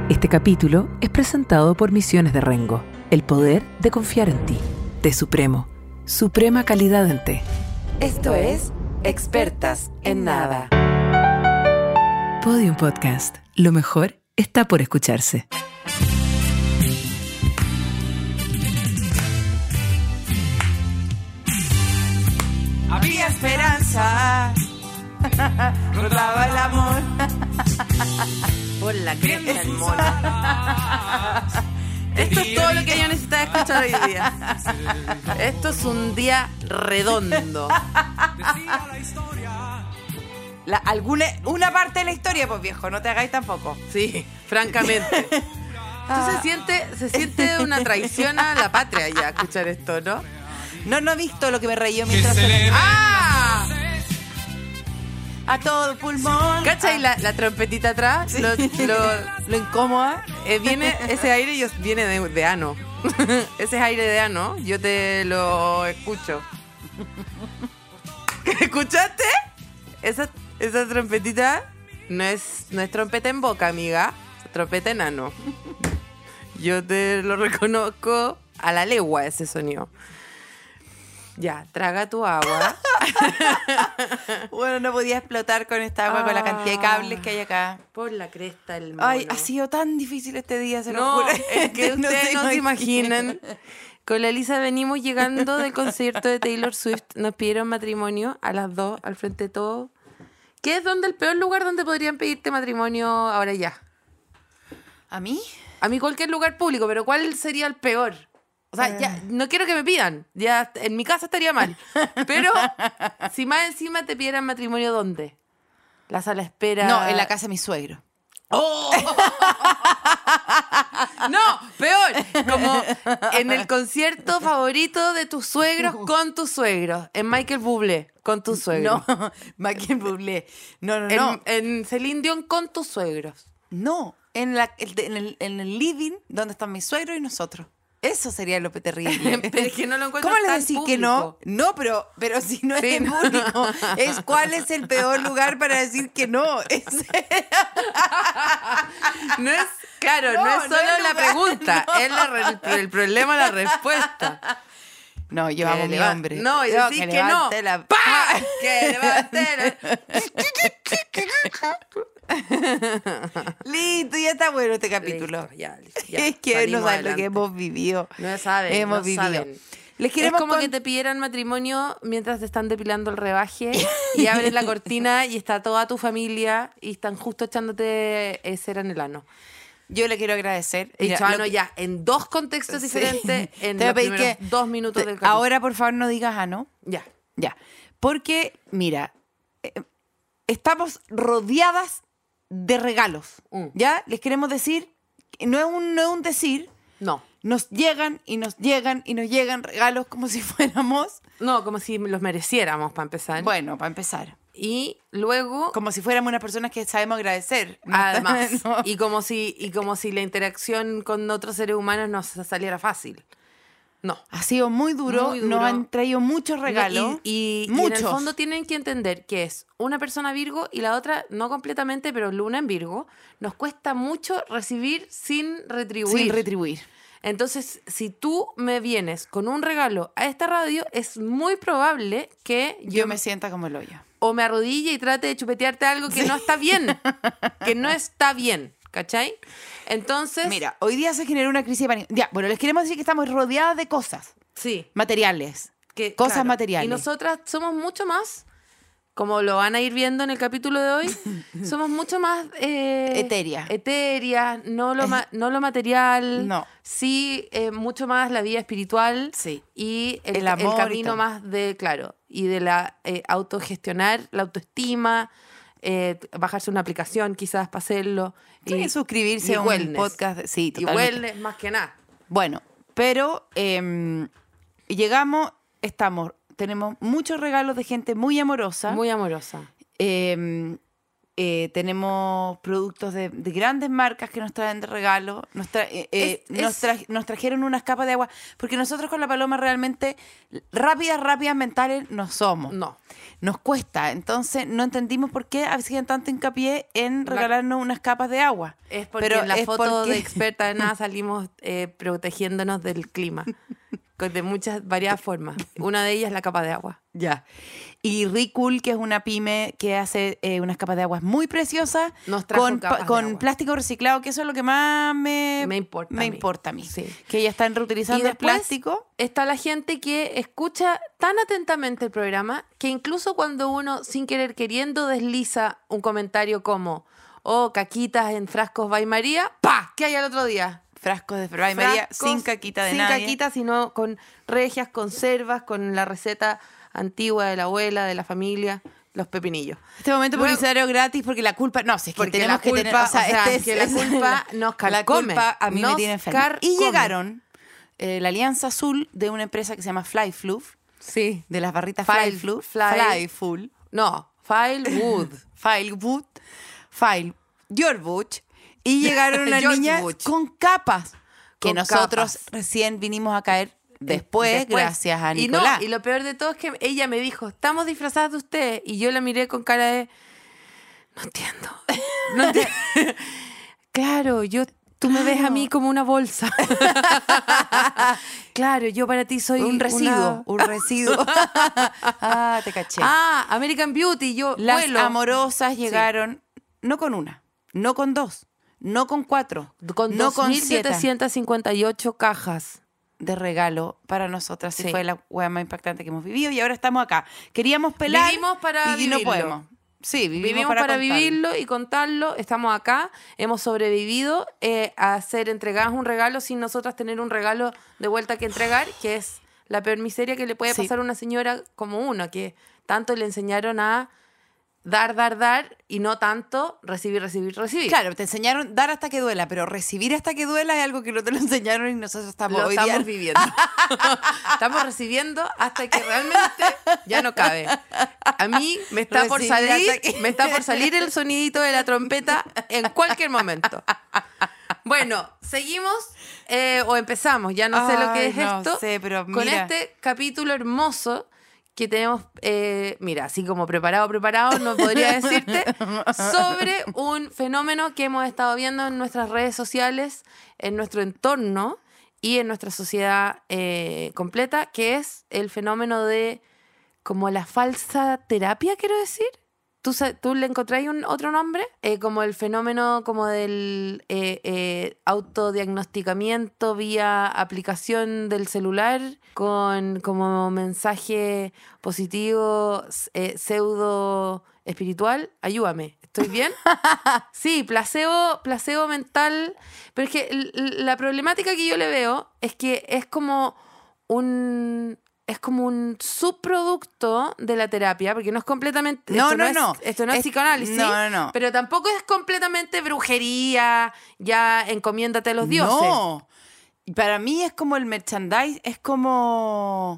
Este capítulo es presentado por Misiones de Rengo, el poder de confiar en ti. Té Supremo, suprema calidad en té. Esto es Expertas en Nada. Podium Podcast. Lo mejor está por escucharse. Había esperanza, rotaba el amor. Por la cresta el mono. Esto es todo lo que yo necesitaba escuchar hoy día. Esto es un día redondo. Una parte de la historia, pues viejo, no te hagáis tampoco. Sí, francamente. Se siente una traición a la patria ya escuchar esto, ¿no? No he visto lo que me reí mientras... ¡Ah! A todo pulmón. ¿Cachai la trompetita atrás? Sí. Lo incómoda. Ese aire viene de ano. Ese es aire de ano. Yo te lo escucho. ¿Escuchaste? Esa trompetita no es trompeta en boca, amiga. Es trompeta en ano. Yo te lo reconozco a la legua ese sonido. Ya, traga tu agua. Bueno, no podía explotar con esta agua, con la cantidad de cables que hay acá. Por la cresta el mono. Ay, ha sido tan difícil este día, se lo No, juro. es que ustedes no se imaginan. Con la Elisa venimos llegando del concierto de Taylor Swift. Nos pidieron matrimonio a las 2, al frente de todo. ¿Qué es el peor lugar donde podrían pedirte matrimonio ahora ya? ¿A mí? A mí cualquier lugar público, pero ¿cuál sería el peor? O sea, ya, no quiero que me pidan. Ya en mi casa estaría mal. Pero si más encima te pidieran matrimonio, ¿dónde? La sala de espera. No, en la casa de mi suegro. ¡Oh! No, peor. Como en el concierto favorito de tus suegros con tus suegros. En Michael Bublé con tus suegros. No, Michael Bublé. No. En Celine Dion con tus suegros. No, en el living donde están mis suegros y nosotros. Eso sería lo terrible. Pero es que no lo encuentro ¿Cómo le tan decís público? que no? No, pero si no es Sí, en no. público, es cuál es el peor lugar para decir que no. No es, claro, no es solo es la lugar, pregunta, no. es el problema la respuesta. No, yo amo a mi hombre. No, y Yo decís que no. la... ¡Pah! Que levante Listo, ya está bueno este capítulo. Listo, ya, Es que no salimos saben lo adelante. que hemos vivido. No saben, Hemos no vivido. saben. Les queremos es como que te pidieran matrimonio mientras te están depilando el rebaje y abres la cortina y está toda tu familia y están justo echándote cera en el ano. Yo le quiero agradecer. He dicho ano ya en dos contextos Sí. diferentes en Te voy los a pedir primeros que 2 minutos del capítulo. ahora, por favor, no digas ano. Ya. Ya. Porque, mira, estamos rodeadas de regalos. ¿Ya? Les queremos decir, no es un decir, No. nos llegan y nos llegan y nos llegan regalos como si fuéramos, No, como si los mereciéramos para empezar. bueno, para empezar, Y luego, como si fuéramos unas personas que sabemos agradecer. además, No. y como si la interacción con otros seres humanos nos saliera fácil. No. Ha sido muy duro, Muy duro. nos han traído muchos regalos. Y en muchos. el fondo tienen que entender que es una persona Virgo y la otra, no completamente, pero Luna en Virgo, nos cuesta mucho recibir sin retribuir. Sin retribuir. Entonces, si tú me vienes con un regalo a esta radio, es muy probable que Yo me sienta como el hoyo. o me arrodille y trate de chupetearte algo que no está bien. Que no está bien, ¿cachai? Entonces, Mira, hoy día se generó una crisis de pánico. Ya, bueno, les queremos decir que estamos rodeadas de cosas sí. materiales. Cosas Claro. materiales. Y nosotras somos mucho más, como lo van a ir viendo en el capítulo de hoy, somos mucho más... Etéreas. Etéreas, no lo material. No. Sí, mucho más la vida espiritual. Sí. Y El amor y camino todo. más de, claro, y de la autogestionar, la autoestima, bajarse una aplicación quizás para hacerlo. Sí, suscribirse a un wellness. podcast. Sí, Y totalmente. wellness más que nada. Bueno, pero llegamos, tenemos muchos regalos de gente muy amorosa. Muy amorosa. Tenemos productos de grandes marcas que nos traen de regalo. Nos trajeron unas capas de agua. Porque nosotros con la Paloma realmente rápidas mentales no somos. No. Nos cuesta. Entonces no entendimos por qué hacían tanto hincapié en regalarnos unas capas de agua. Es porque en la foto de experta de nada salimos protegiéndonos del clima. De muchas, variadas formas. Una de ellas es la capa de agua. Ya. Y Ricool, que es una pyme que hace unas capas de aguas muy preciosas Nos trajo capas con de agua. plástico reciclado, que eso es lo que más me importa a mí. Sí. Que ya están reutilizando Y el después plástico. está la gente que escucha tan atentamente el programa que incluso cuando uno, sin querer queriendo, desliza un comentario como caquitas en frascos by María, ¡pa! ¿Qué hay al otro día? Frascos de Ferrari María sin caquita de nadie. Sin caquita, sino con regias, conservas, con la receta antigua de la abuela, de la familia, los pepinillos. Este momento publicitario gratis porque la culpa... No, si es que Porque tenemos la que tener... culpa, la culpa nos carcome. La culpa a mí me Nos tiene enferma. Y carcome. llegaron la alianza azul de una empresa que se llama Fly Fluff, Sí. de las barritas Fly- Fly Fluff. Fly- Full. No, Filewood. File George Bush. Y llegaron unas George niñas Bush. con capas que Con nosotros capas. recién vinimos a caer después, gracias a y Nicolás. Y lo peor de todo es que ella me dijo, estamos disfrazadas de usted. Y yo la miré con cara de, no entiendo. No entiendo. Claro, tú me ves a mí como una bolsa. Claro, yo para ti soy un residuo. Ah, te caché. American Beauty, yo Las vuelo. amorosas llegaron no con una, no con dos, no con cuatro, Con no con 2.758 cajas. de regalo para nosotras. Sí. Sí. Fue la hueá más impactante que hemos vivido y ahora estamos acá. Queríamos pelar Vivimos para y no vivirlo. podemos. Sí, Vivimos para contarlo. vivirlo y contarlo. Estamos acá, hemos sobrevivido a ser entregadas un regalo sin nosotras tener un regalo de vuelta que entregar, que es la peor miseria que le puede Sí. pasar a una señora como uno, que tanto le enseñaron a dar y no tanto recibir. Claro, te enseñaron dar hasta que duela, pero recibir hasta que duela es algo que no te lo enseñaron y nosotros estamos Lo hoy día. estamos viviendo. Estamos recibiendo hasta que realmente ya no cabe. A mí me está por Recibir salir, hasta que- me está por salir el sonidito de la trompeta en cualquier momento. Bueno, seguimos o empezamos, ya no sé lo que Ay, es no esto. sé, pero con mira. este capítulo hermoso que tenemos, mira, así como preparado, no podría decirte, sobre un fenómeno que hemos estado viendo en nuestras redes sociales, en nuestro entorno y en nuestra sociedad completa, que es el fenómeno de como la falsa terapia, quiero decir. ¿Tú le encontráis otro nombre? Como el fenómeno como del autodiagnosticamiento vía aplicación del celular con como mensaje positivo pseudo espiritual. Ayúdame, ¿estoy bien? Sí, placebo mental. Pero es que la problemática que yo le veo es que es como un subproducto de la terapia, porque no es completamente... Esto no es psicoanálisis, No. pero tampoco es completamente brujería, ya encomiéndate a los dioses. No. Para mí es como el merchandise, es como...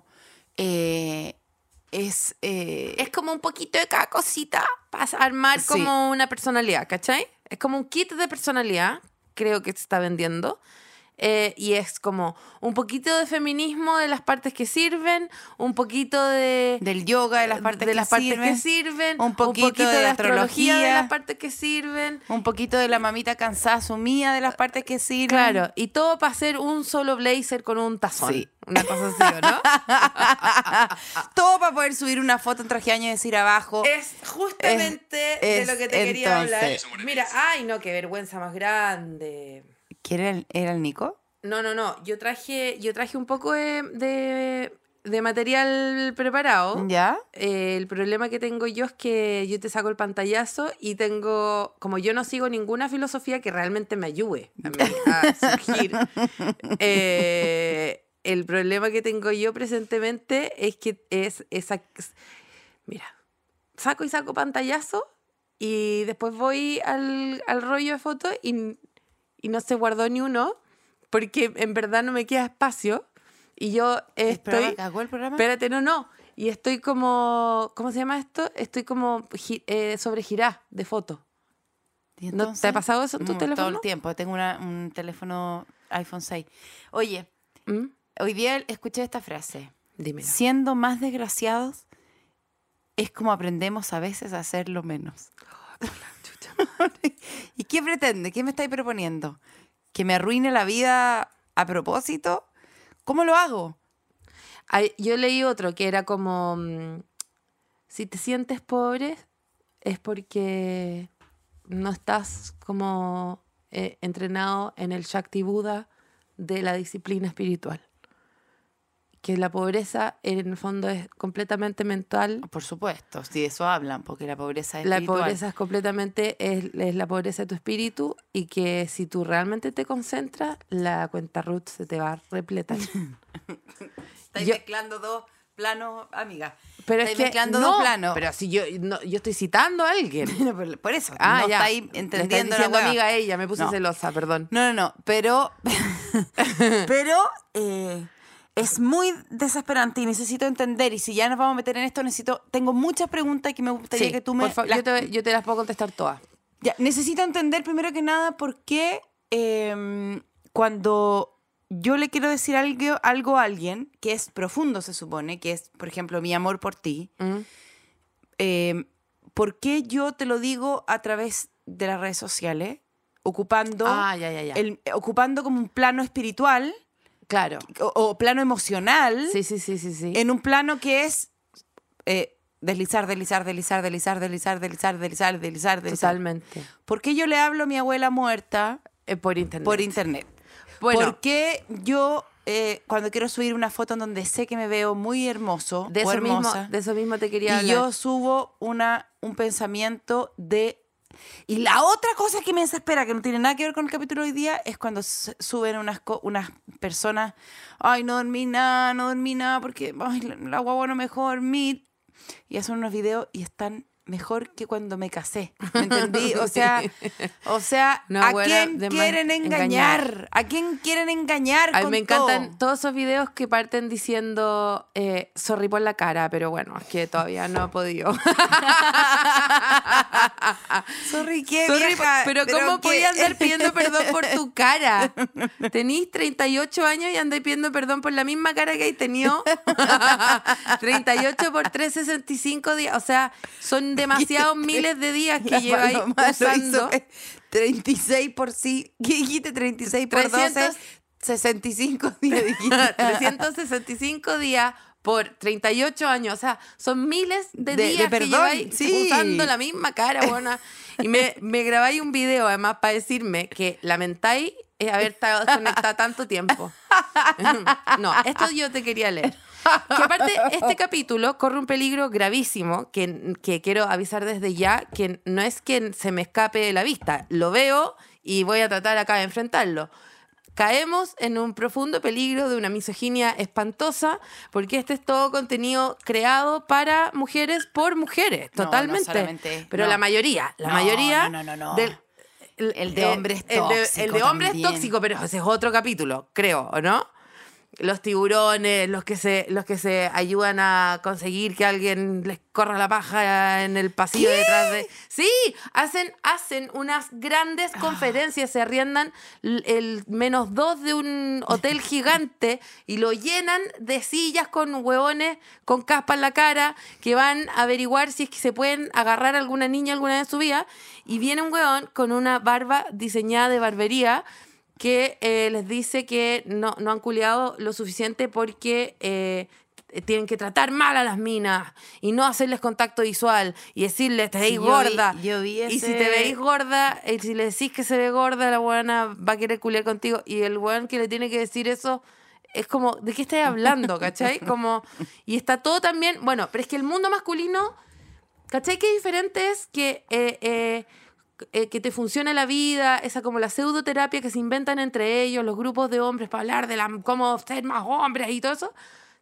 Es como un poquito de cada cosita para armar Sí. como una personalidad, ¿cachai? Es como un kit de personalidad, creo que se está vendiendo. Y es como un poquito de feminismo de las partes que sirven, un poquito del yoga de las partes, que sirven, un poquito de astrología de astrología, las partes que sirven, un poquito de la mamita cansada sumida de las partes que sirven. claro, y todo para hacer un solo blazer con un tazón, Sí. una cosa así, ¿o no? Todo para poder subir una foto en traje de baño y decir abajo. Es justamente de lo que te quería hablar. entonces. Mira, ay no, qué vergüenza más grande. ¿Quién era el Nico? No. Yo traje un poco de material preparado. ¿Ya? El problema que tengo yo es que yo te saco el pantallazo y tengo, como yo no sigo ninguna filosofía que realmente me ayude a mí a surgir. El problema que tengo yo presentemente es que es esa... Mira, saco pantallazo y después voy al rollo de fotos y no se guardó ni uno porque en verdad no me queda espacio y yo estoy... ¿Cagó el programa? Espérate, no. Y estoy como... ¿Cómo se llama esto? Estoy como sobregirada de fotos. ¿No te ha pasado eso en tu teléfono? Todo el tiempo. Tengo un teléfono iPhone 6. Oye, hoy día escuché esta frase. Dímelo. Siendo más desgraciados es como aprendemos a veces a hacerlo menos. ¿Y qué pretende? ¿Qué me estáis proponiendo? ¿Que me arruine la vida a propósito? ¿Cómo lo hago? Yo leí otro que era como, si te sientes pobre es porque no estás como entrenado en el Shakti Buddha de la disciplina espiritual. Que la pobreza en el fondo es completamente mental. Por supuesto, si de eso hablan, porque la pobreza es espiritual. La pobreza es completamente, es la pobreza de tu espíritu, y que si tú realmente te concentras, la cuenta Ruth se te va a repletar. Estáis mezclando dos planos, amiga. Pero estáis es que mezclando no, dos planos. pero si yo estoy citando a alguien. Por eso, Ah, no ya. estáis Me entendiendo estás diciendo la hueá. amiga ella, me puse celosa, perdón. No, pero es muy desesperante y necesito entender, y si ya nos vamos a meter en esto, tengo muchas preguntas que me gustaría que tú me... por favor, yo te las puedo contestar todas. Ya, necesito entender primero que nada por qué cuando yo le quiero decir algo a alguien que es profundo, se supone, que es, por ejemplo, mi amor por ti, ¿por qué yo te lo digo a través de las redes sociales? Ocupando ocupando como un plano espiritual, claro, o plano emocional, sí. en un plano que es deslizar. Totalmente. ¿Por qué yo le hablo a mi abuela muerta por internet? por internet? Bueno, ¿por qué yo cuando quiero subir una foto en donde sé que me veo muy hermoso de o eso hermosa, de eso mismo te quería hablar. y yo subo un pensamiento de... Y la otra cosa que me desespera, que no tiene nada que ver con el capítulo de hoy día, es cuando suben unas personas, ay, no dormí nada, porque ay, la guagua no me dejó dormir, y hacen unos videos y están mejor que cuando me casé, ¿me entendí? O sea, No, ¿a bueno, quién quieren engañar? ¿A quién quieren engañar? A mí con me encantan todo? todos esos videos que parten diciendo sorry por la cara, pero bueno, es que todavía no he podido. Sorry, ¿qué, Sorry, vieja? pero ¿cómo ¿qué? podías andar pidiendo perdón por tu cara? Tenís 38 años y andáis pidiendo perdón por la misma cara que hay tenido. 38 por 365 días. O sea, son demasiados miles de días que lleváis usando. 36 por sí. ¿Qué dijiste? 36 por 12. 65 días. 365 días por 38 años. O sea, son miles de días perdón, que lleváis sí, usando la misma cara, buena. Y me grabáis un video, además, para decirme que lamentáis haber estado desconectada tanto tiempo. No, esto yo te quería leer. Que aparte, este capítulo corre un peligro gravísimo que quiero avisar desde ya, que no es que se me escape de la vista. Lo veo y voy a tratar acá de enfrentarlo. Caemos en un profundo peligro de una misoginia espantosa, porque este es todo contenido creado para mujeres por mujeres, totalmente. No solamente, pero no. la mayoría No. El de hombres tóxico. El de hombres también. tóxico, pero ese es otro capítulo, creo, ¿o no? Los tiburones, los que se ayudan a conseguir que alguien les corra la paja en el pasillo detrás de... Sí, hacen unas grandes conferencias, se arriendan el -2 de un hotel gigante y lo llenan de sillas con huevones con caspa en la cara que van a averiguar si es que se pueden agarrar a alguna niña alguna vez en su vida, y viene un huevón con una barba diseñada de barbería que les dice que no han culiado lo suficiente porque tienen que tratar mal a las minas y no hacerles contacto visual y decirles, te veis gorda. Yo vi ese... Y si te veis gorda, si le decís que se ve gorda, la buena va a querer culiar contigo. Y el weón que le tiene que decir eso es como, ¿de qué estás hablando? ¿Cachai? Como, y está todo también... Bueno, pero es que el mundo masculino, ¿cachai? Qué diferente es que te funciona la vida, esa como la pseudoterapia que se inventan entre ellos, los grupos de hombres para hablar de cómo ser más hombres y todo eso.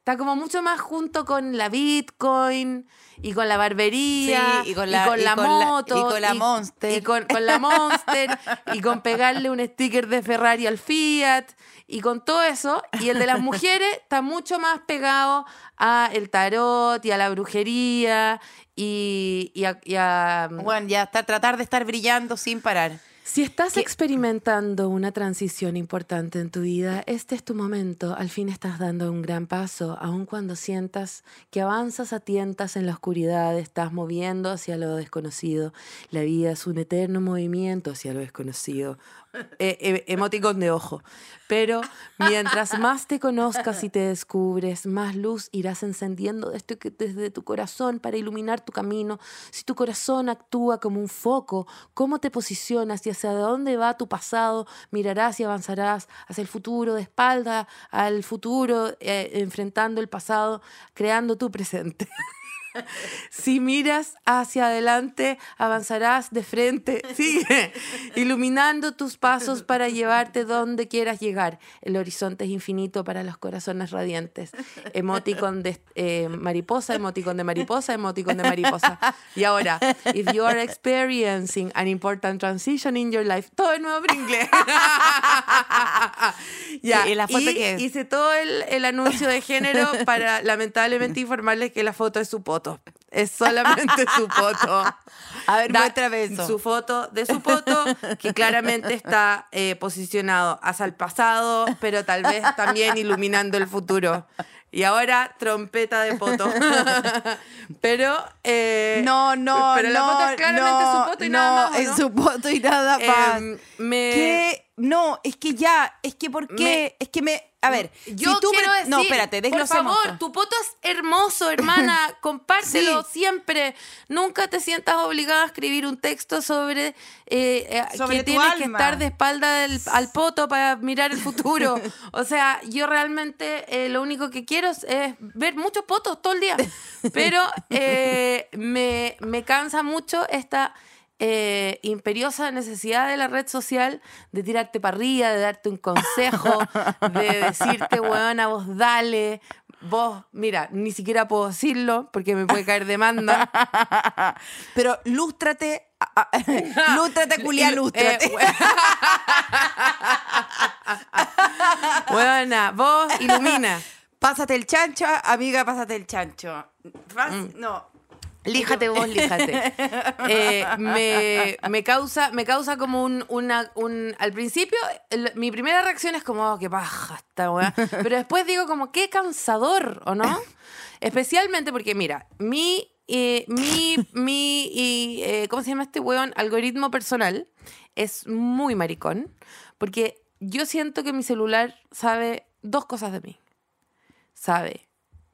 Está como mucho más junto con la Bitcoin y con la barbería Sí, y con la moto y con la Monster. y con la Monster y con pegarle un sticker de Ferrari al Fiat y con todo eso. Y el de las mujeres está mucho más pegado a el tarot y a la brujería y a Bueno, ya está, tratar de estar brillando sin parar. Si estás experimentando una transición importante en tu vida, este es tu momento. Al fin estás dando un gran paso, aun cuando sientas que avanzas a tientas en la oscuridad, estás moviendo hacia lo desconocido. La vida es un eterno movimiento hacia lo desconocido. Emoticón de ojo. Pero mientras más te conozcas y te descubres, más luz irás encendiendo desde tu corazón para iluminar tu camino. Si tu corazón actúa como un foco, cómo te posicionas y hacia dónde va tu pasado, mirarás y avanzarás hacia el futuro, de espalda al futuro, enfrentando el pasado, creando tu presente. Si miras hacia adelante, avanzarás de frente. Sigue iluminando tus pasos para llevarte donde quieras llegar. El horizonte es infinito para los corazones radiantes. Emoticon de mariposa, emoticon de mariposa, emoticon de mariposa. Y ahora, if you are experiencing an important transition in your life, todo de nuevo en inglés. Ya, Sí, ¿y la foto qué es? hice todo el anuncio de género para lamentablemente informarles que la foto es su poto. Es solamente su foto. A ver, muéstrame eso. Su foto de su poto, que claramente está posicionado hacia el pasado, pero tal vez también iluminando el futuro. Y ahora, trompeta de poto. Pero No, pero la foto es claramente su foto y nada más, ¿o es no? su foto y nada más. ¿Qué? No, es que ya, es que ¿por qué? Es que a ver, Yo si tú quiero decir, no, espérate, por desglosemos favor, esto. tu poto es hermoso, hermana, compártelo Sí. siempre. Nunca te sientas obligada a escribir un texto sobre Sobre que tu tienes que alma. estar de espalda al poto para mirar el futuro. O sea, yo realmente lo único que quiero es ver muchos potos todo el día. Pero me cansa mucho esta imperiosa necesidad de la red social de tirarte para arriba, de darte un consejo, de decirte, huevona, vos dale, vos, mira, ni siquiera puedo decirlo porque me puede caer demanda. Pero lústrate, lústrate, culia, lústrate. Huevona, vos ilumina. Pásate el chancho, amiga, pásate el chancho. No. Líjate vos, líjate. Me causa como al principio, mi primera reacción es como, oh, qué paja esta weá. Pero después digo como, qué cansador, ¿o no? Especialmente porque, mira, ¿cómo se llama este weón? Algoritmo personal es muy maricón. Porque yo siento que mi celular sabe dos cosas de mí. Sabe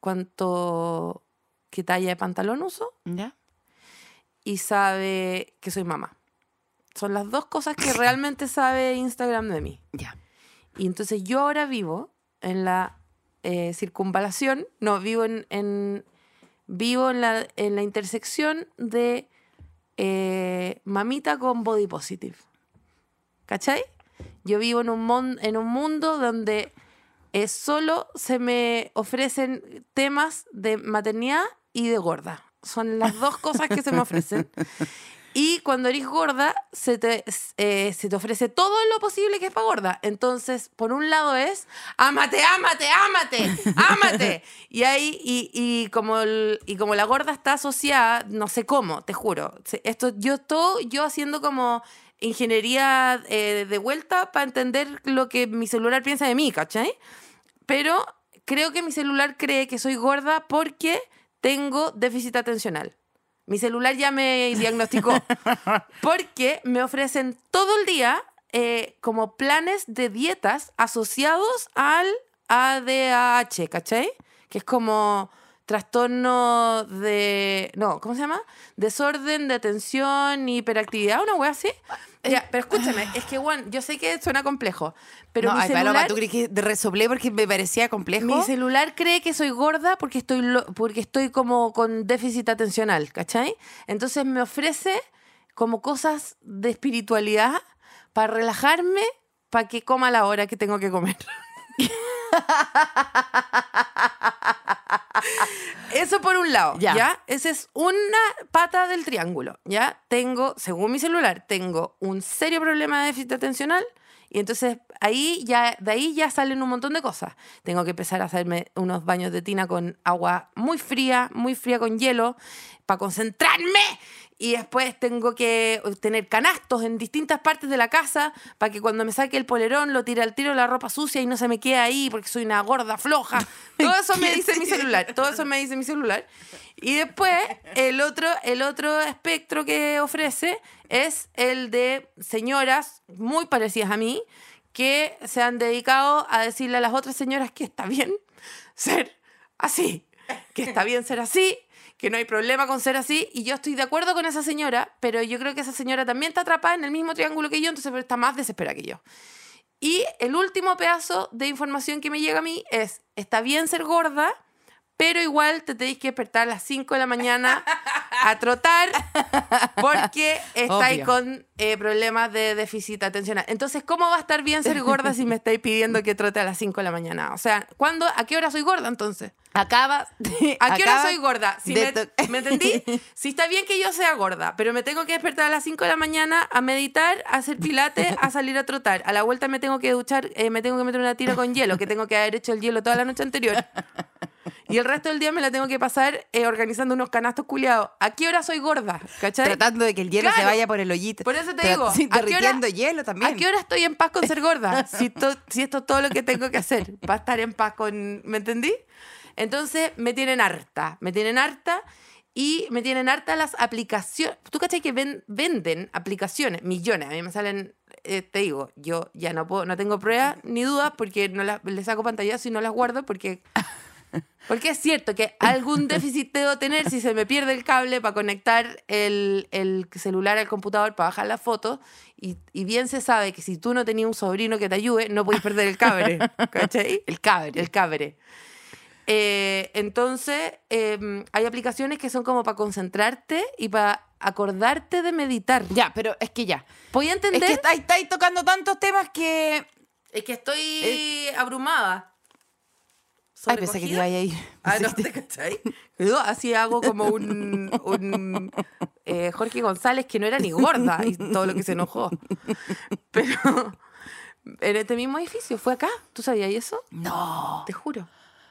qué talla de pantalón uso ¿Ya? y sabe que soy mamá. Son las dos cosas que realmente sabe Instagram de mí. Ya. Y entonces yo ahora vivo en la circunvalación, no, vivo en la intersección de mamita con body positive. ¿Cachai? Yo vivo en un mundo donde solo se me ofrecen temas de maternidad y de gorda. Son las dos cosas que se me ofrecen. Y cuando eres gorda, se te ofrece todo lo posible que es para gorda. Entonces, por un lado es, ámate, ámate, ámate, ámate. Y ahí, y como la gorda está asociada, no sé cómo, te juro. Yo haciendo como ingeniería de vuelta para entender lo que mi celular piensa de mí, ¿cachai? Pero creo que mi celular cree que soy gorda porque tengo déficit atencional. Mi celular ya me diagnosticó. Porque me ofrecen todo el día como planes de dietas asociados al ADHD, ¿cachai? Que es como trastorno de... No, ¿cómo se llama? Desorden de atención y hiperactividad, una wea así. Ya, pero escúchame, es que, Juan, yo sé que suena complejo, pero No, mi ay, celular... Paloma, ¿tú crees que resoplé porque me parecía complejo? Mi celular cree que soy gorda porque estoy como con déficit atencional, ¿cachai? Entonces me ofrece como cosas de espiritualidad para relajarme, para que coma a la hora que tengo que comer. Eso por un lado, Ya. ¿ya? Esa es una pata del triángulo, ¿ya? Tengo, según mi celular, tengo un serio problema de déficit atencional y entonces de ahí ya salen un montón de cosas. Tengo que empezar a hacerme unos baños de tina con agua muy fría con hielo, para concentrarme. Y después tengo que tener canastos en distintas partes de la casa para que cuando me saque el polerón lo tire al tiro la ropa sucia y no se me quede ahí porque soy una gorda floja. Todo eso me dice mi celular. Todo eso me dice mi celular. Y después el otro espectro que ofrece es el de señoras muy parecidas a mí que se han dedicado a decirle a las otras señoras que está bien ser así. Que está bien ser así, que no hay problema con ser así, y yo estoy de acuerdo con esa señora, pero yo creo que esa señora también está atrapada en el mismo triángulo que yo, entonces está más desesperada que yo. Y el último pedazo de información que me llega a mí es, está bien ser gorda, pero igual te tenéis que despertar a las 5 de la mañana a trotar porque estáis Obvio. con problemas de déficit atencional. Entonces, ¿cómo va a estar bien ser gorda si me estáis pidiendo que trote a las 5 de la mañana? O sea, ¿a qué hora soy gorda entonces? Acaba. ¿A qué hora soy gorda? Si de ¿Me entendí? Si está bien que yo sea gorda, pero me tengo que despertar a las 5 de la mañana a meditar, a hacer pilates, a salir a trotar. A la vuelta me tengo que duchar, me tengo que meter una tira con hielo, que tengo que haber hecho el hielo toda la noche anterior. Y el resto del día me la tengo que pasar organizando unos canastos culiados. ¿A qué hora soy gorda? ¿Cachai? Tratando de que el hielo Claro. se vaya por el hoyito. Por eso te digo, Sí, ¿a qué hora- derritiendo hielo también. ¿A qué hora estoy en paz con ser gorda? Si esto es todo lo que tengo que hacer para estar en paz con... ¿Me entendí? Entonces me tienen harta y me tienen harta las aplicaciones. ¿Tú cachai que venden aplicaciones? Millones. A mí me salen, te digo, yo ya no tengo pruebas ni dudas porque le saco pantallazo y no las guardo porque es cierto que algún déficit debo tener si se me pierde el cable para conectar el celular al computador para bajar las fotos. Y bien se sabe que si tú no tenías un sobrino que te ayude, no puedes perder el cable. ¿Cachai? El cabre. El cabre. Entonces, hay aplicaciones que son como para concentrarte y para acordarte de meditar. Ya, pero es que ya. ¿Voy a entender? Es que estáis tocando tantos temas que... Es que estoy abrumada. Ay, pensé que te iba a ir. Ah, no, ¿te cachai? Yo así hago como un Jorge González que no era ni gorda y todo lo que se enojó. Pero en este mismo edificio, fue acá. ¿Tú sabías eso? No. Te juro.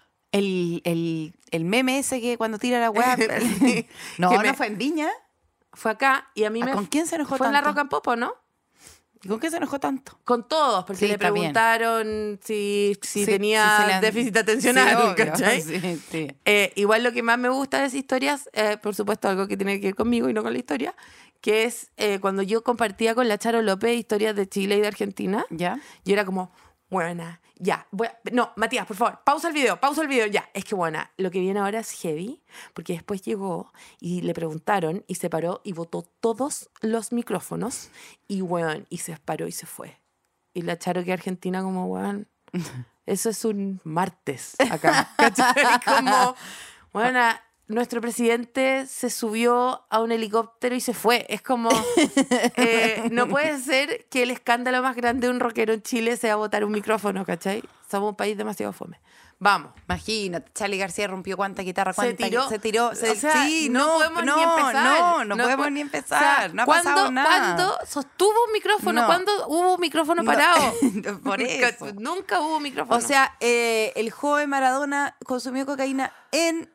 El meme ese que cuando tira la weá... Sí. No, Que no me- fue en Viña. Fue acá y a mí me... ¿Con quién se enojó Fue en la tanto? Rock and Pop, ¿o no? ¿Y con qué se enojó tanto? Con todos, porque Sí, le está bien. preguntaron si Sí, tenía sí, se le han- déficit atencional, Sí, obvio. ¿cachai? Sí, sí. Igual lo que más me gusta de esas historias, por supuesto algo que tiene que ver conmigo y no con la historia, que es cuando yo compartía con la Charo López historias de Chile y de Argentina, ¿Ya? yo era como, buena, ya, no, Matías, por favor, pausa el video, ya. Es que buena, lo que viene ahora es heavy, porque después llegó y le preguntaron y se paró y botó todos los micrófonos y weón, y se paró y se fue. Y la Charo que Argentina como, weón, eso es un martes acá. ¿Cachai? Como, buena, nuestro presidente se subió a un helicóptero y se fue. Es como, no puede ser que el escándalo más grande de un rockero en Chile sea botar un micrófono, ¿cachai? Somos un país demasiado fome. Vamos. Imagínate, Charly García rompió cuánta guitarra, Se cuánta tiró. o sea, Sí, no podemos no, ni empezar. No podemos ni empezar. No ha ¿cuándo, pasado nada. ¿Cuándo sostuvo un micrófono? No. ¿Cuándo hubo un micrófono No. parado? Por eso. Nunca hubo micrófono. O sea, el joven Maradona consumió cocaína en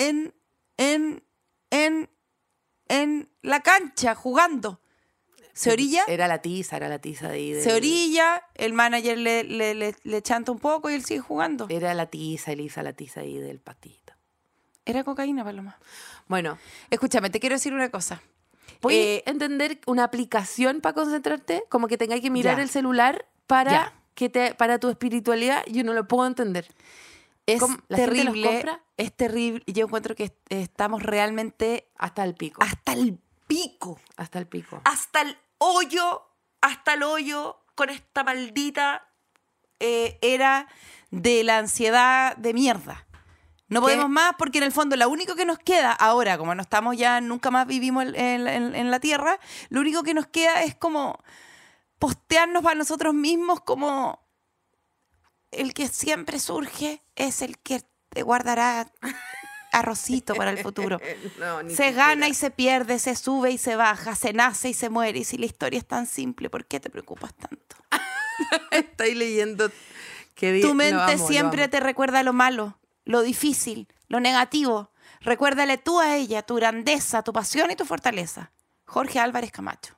la cancha, jugando. Se orilla, Era la tiza de ahí. se orilla, el manager le chanta un poco y él sigue jugando. Era la tiza, Elisa, la tiza ahí del patito. Era cocaína, Paloma. Bueno, Escúchame, te quiero decir una cosa. ¿puedes entender una aplicación para concentrarte? Como que tengáis que mirar Ya. el celular Ya. para tu espiritualidad. Yo no lo puedo entender. Es ¿Cómo? ¿La gente los terrible, compra? es terrible. Yo encuentro que estamos realmente Hasta el pico. hasta el pico. Hasta el pico. Hasta el hoyo con esta maldita era de la ansiedad de mierda. No ¿Qué? podemos más porque en el fondo lo único que nos queda ahora, como no estamos ya, nunca más vivimos en la Tierra, lo único que nos queda es como postearnos para nosotros mismos como el que siempre surge es el que te guardará arrocito para el futuro. No, ni Se siquiera. gana y se pierde, se sube y se baja, se nace y se muere. Y si la historia es tan simple, ¿por qué te preocupas tanto? Estoy leyendo. Tu mente siempre te recuerda lo malo, lo difícil, lo negativo. Recuérdale tú a ella tu grandeza, tu pasión y tu fortaleza. Jorge Álvarez Camacho.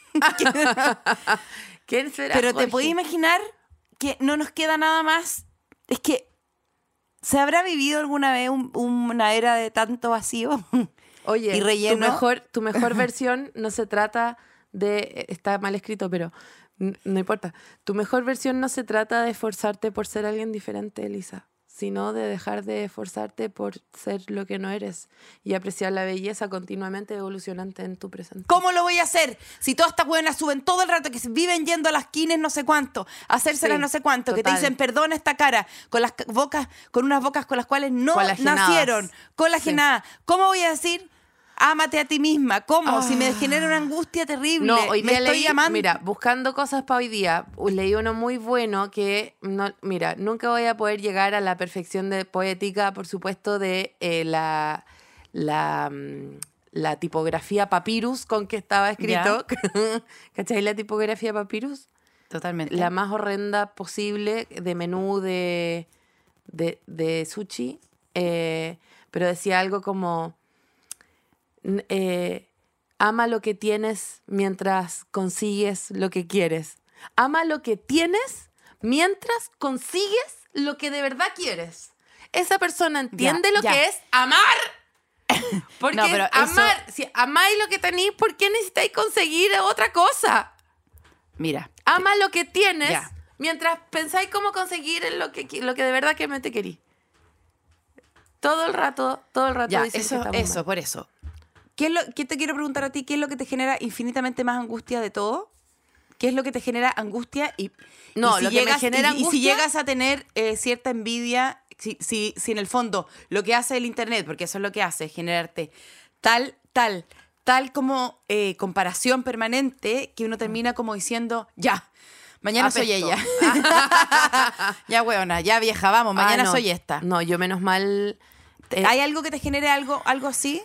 ¿Quién será? Pero Jorge? te puedes imaginar que no nos queda nada más. Es que, ¿se habrá vivido alguna vez una era de tanto vacío? Oye, y relleno? tu mejor versión no se trata de... Está mal escrito, pero no importa. Tu mejor versión no se trata de esforzarte por ser alguien diferente, Elisa, sino de dejar de esforzarte por ser lo que no eres y apreciar la belleza continuamente evolucionante en tu presente. ¿Cómo lo voy a hacer? Si todas estas buenas suben todo el rato, que viven yendo a las quines no sé cuánto, a hacérselas Sí, no sé cuánto, que te total. dicen perdona esta cara, con las bocas, con unas bocas con las cuales no Colagenadas. nacieron, colagenadas. ¿Cómo voy a decir? Ámate a ti misma. ¿Cómo? Si me genera una angustia terrible. No, hoy me día estoy leí, amando. mira, buscando cosas para hoy día, leí uno muy bueno que, no, mira, nunca voy a poder llegar a la perfección de poética, por supuesto, de la tipografía papyrus con que estaba escrito. ¿Cachai la tipografía papyrus? Totalmente. La más horrenda posible de menú de sushi, pero decía algo como... ama lo que tienes mientras consigues lo que quieres. Ama lo que tienes mientras consigues lo que de verdad quieres. Esa persona entiende lo ya. que es amar. Porque No, pero amar, si amáis lo que tenéis, ¿por qué necesitáis conseguir otra cosa? Mira. Ama lo que tienes Ya. mientras pensáis cómo conseguir lo que de verdad que me te querís. Todo el rato Ya, dicen que estamos mal. por eso. ¿Qué te quiero preguntar a ti? ¿Qué es lo que te genera infinitamente más angustia de todo? ¿Qué es lo que te genera angustia? No, si lo que me genera y si angustia- llegas a tener cierta envidia, si en el fondo lo que hace el internet, porque eso es lo que hace, es generarte tal como comparación permanente que uno termina como diciendo, ya, mañana soy Apesto. ella. Ya, weona, ya vieja, vamos, mañana no. soy esta. No, yo menos mal... ¿Hay algo que te genere algo así?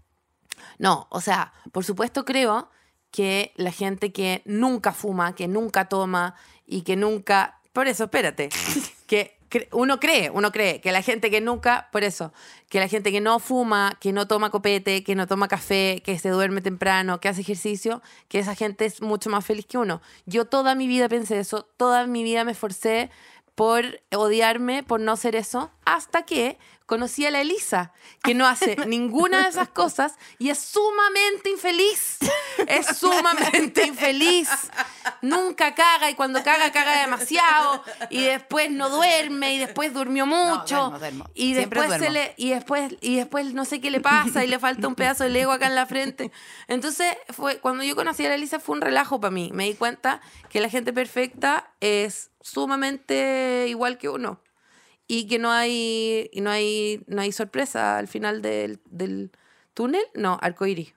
No, o sea, por supuesto creo que la gente que nunca fuma, que nunca toma y que nunca... Por eso, espérate, que uno cree que la gente que nunca... Por eso, que la gente que no fuma, que no toma copete, que no toma café, que se duerme temprano, que hace ejercicio, que esa gente es mucho más feliz que uno. Yo toda mi vida pensé eso, toda mi vida me esforcé por odiarme, por no hacer eso, hasta que conocí a la Elisa, que no hace ninguna de esas cosas y es sumamente infeliz. Es sumamente infeliz. Nunca caga y cuando caga demasiado y después no duerme y después durmió mucho. duermo. Y Siempre después duermo. y después no sé qué le pasa y le falta un pedazo de Lego acá en la frente. Entonces, cuando yo conocí a la Elisa fue un relajo para mí. Me di cuenta que la gente perfecta es sumamente igual que uno. Y que no hay sorpresa al final del túnel. No, arcoíris.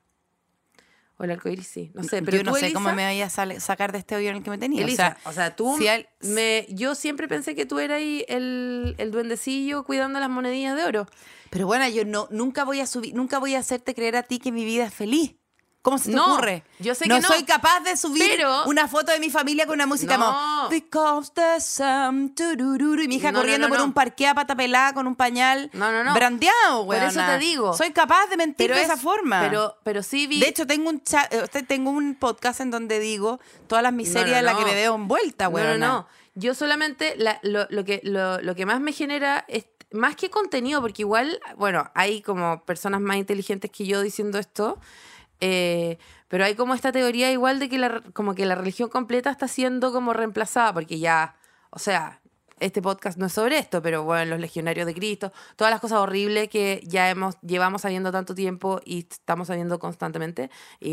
O el arcoíris sí. No sé, pero yo no tú, sé Elisa, cómo me vaya a sacar de este hoyo en el que me tenía. Elisa, tú... si yo siempre pensé que tú eras ahí el duendecillo cuidando las monedillas de oro. pero bueno, yo nunca voy a hacerte creer a ti que mi vida es feliz. ¿Cómo se te No, ocurre? yo sé no que no. soy capaz de subir Pero- una foto de mi familia con una música No. como Because the sun, turururu, y mi hija No, corriendo por no. un parqué a pata pelada con un pañal No. brandeado, Por eso weona. te digo. Soy capaz de mentir de esa forma. Pero sí vi... De hecho, tengo un podcast en donde digo todas las miserias en las que me veo envuelta, weona. No. Yo solamente lo que más me genera es más que contenido, porque igual, bueno, hay como personas más inteligentes que yo diciendo esto, pero hay como esta teoría igual de que como que la religión completa está siendo como reemplazada, porque ya, o sea, este podcast no es sobre esto, pero bueno, los legionarios de Cristo, todas las cosas horribles que llevamos sabiendo tanto tiempo y estamos sabiendo constantemente,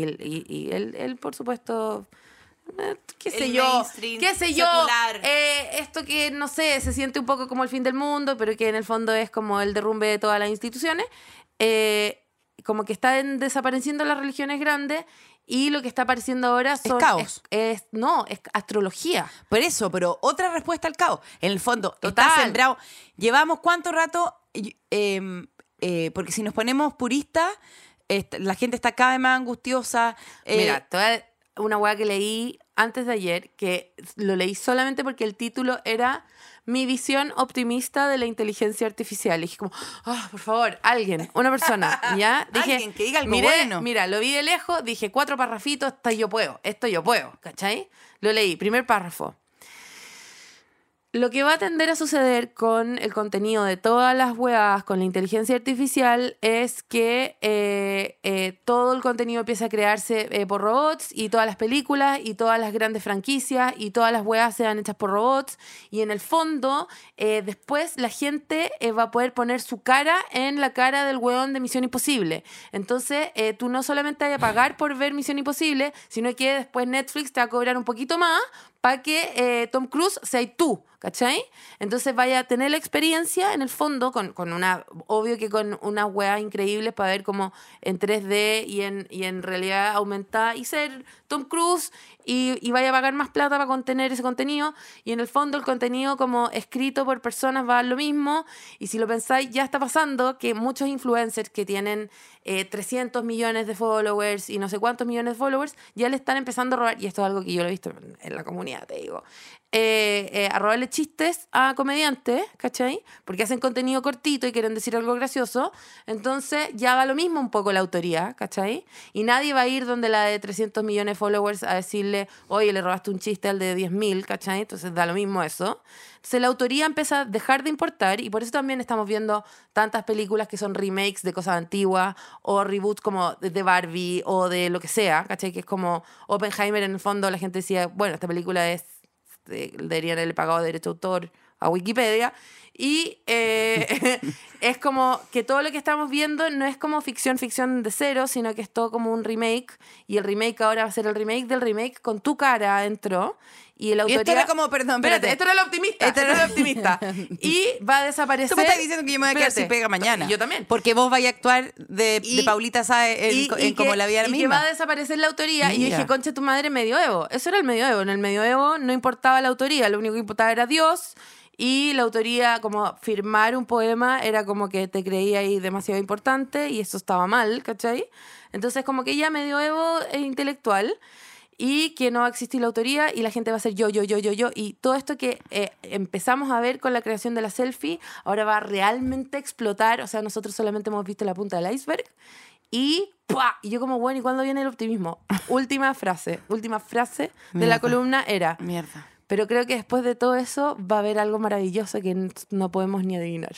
y él por supuesto... qué sé El yo, mainstream secular. esto que no sé, se siente un poco como el fin del mundo, pero que en el fondo es como el derrumbe de todas las instituciones, como que están desapareciendo las religiones grandes Y lo que está apareciendo ahora son... caos. Es astrología. Por eso, pero otra respuesta al caos. En el fondo, Total. está sembrado. ¿Llevamos cuánto rato? Porque si nos ponemos puristas, la gente está cada vez más angustiosa. Mira, toda una hueá que leí antes de ayer, que lo leí solamente porque el título era Mi visión optimista de la inteligencia artificial. Y dije como, por favor, alguien, una persona, ¿ya? Dije, Alguien que diga algo miré, bueno. Mira, lo vi de lejos, dije 4 parrafitos, esto yo puedo, ¿cachai? Lo leí, primer párrafo. Lo que va a tender a suceder con el contenido de todas las weas, con la inteligencia artificial, es que todo el contenido empieza a crearse por robots, y todas las películas y todas las grandes franquicias y todas las weas sean hechas por robots, y en el fondo después la gente va a poder poner su cara en la cara del weón de Misión Imposible. Entonces tú no solamente vas a pagar por ver Misión Imposible, sino que después Netflix te va a cobrar un poquito más para que Tom Cruise sea tú, ¿cachai? Entonces vaya a tener la experiencia en el fondo con obvio que con unas weas increíbles para ver como en 3D y en realidad aumentada y ser Tom Cruise y vaya a pagar más plata para contener ese contenido, y en el fondo el contenido como escrito por personas va a dar lo mismo. Y si lo pensáis, ya está pasando que muchos influencers que tienen 300 millones de followers y no sé cuántos millones de followers ya le están empezando a robar, y esto es algo que yo lo he visto en la comunidad, te digo, a robarle chistes a comediantes, ¿cachai? Porque hacen contenido cortito y quieren decir algo gracioso. Entonces ya va lo mismo un poco la autoría, ¿cachai? Y nadie va a ir donde la de 300 millones de followers a decirle, oye, le robaste un chiste al de 10.000, ¿cachai? Entonces da lo mismo eso. Entonces la autoría empieza a dejar de importar, y por eso también estamos viendo tantas películas que son remakes de cosas antiguas o reboots como de Barbie o de lo que sea, ¿cachai? Que es como Oppenheimer. En el fondo la gente decía, bueno, esta película deberían haberle pagado derecho de autor a Wikipedia, y es como que todo lo que estamos viendo no es como ficción de cero, sino que es todo como un remake, y el remake ahora va a ser el remake del remake con tu cara adentro. Y la autoría... esto era como, perdón, espérate, esto era el optimista. Y va a desaparecer... Tú me estás diciendo que yo me voy a quedar sin pega mañana. Yo también. Porque vos vais a actuar de Paulita Sáez en como la vida misma. Y que va a desaparecer la autoría. Mira. Y yo dije, concha tu madre, medioevo. Eso era el medioevo. En el medioevo no importaba la autoría, lo único que importaba era Dios. Y la autoría, como firmar un poema, era como que te creía ahí demasiado importante, y eso estaba mal, ¿cachai? Entonces como que ya medioevo es intelectual, y que no va a existir la autoría, y la gente va a ser yo. Y todo esto que empezamos a ver con la creación de la selfie, ahora va a realmente explotar. O sea, nosotros solamente hemos visto la punta del iceberg. Y ¡pua! Y yo como, bueno, ¿y cuándo viene el optimismo? Última frase de la columna era... Mierda. Pero creo que después de todo eso va a haber algo maravilloso que no podemos ni adivinar.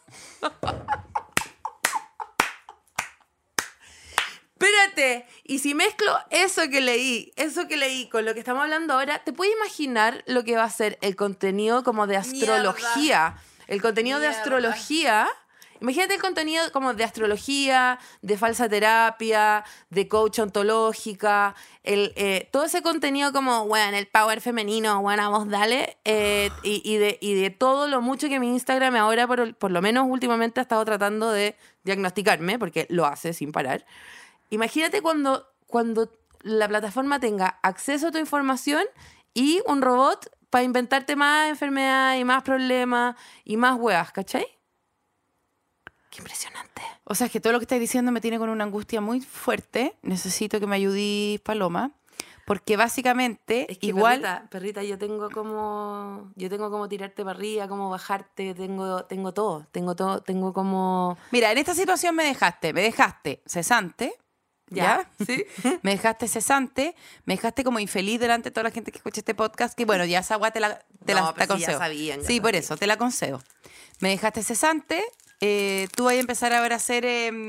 Espérate, y si mezclo eso que leí con lo que estamos hablando ahora, ¿te puedes imaginar lo que va a ser el contenido como de astrología? Mierda. El contenido de astrología. Imagínate el contenido como de astrología, de falsa terapia, de coach ontológica, todo ese contenido como, bueno, el power femenino, bueno, vos dale, y de todo lo mucho que mi Instagram ahora, por lo menos últimamente, ha estado tratando de diagnosticarme, porque lo hace sin parar. Imagínate cuando la plataforma tenga acceso a tu información y un robot para inventarte más enfermedades y más problemas y más huevas, ¿cachai? Qué impresionante. O sea, es que todo lo que estás diciendo me tiene con una angustia muy fuerte. Necesito que me ayudís, Paloma. Porque básicamente, Es que, igual... perrita, yo tengo como tirarte para arriba, como bajarte, tengo todo. Tengo como... Mira, en esta situación me dejaste cesante. ¿Ya? ¿Sí? Me dejaste cesante, me dejaste como infeliz delante de toda la gente que escucha este podcast, que bueno, ya esa agua te la concedo. Ya sabían. Sí, por eso, te la concedo. Me dejaste cesante, tú vas a empezar ahora a hacer...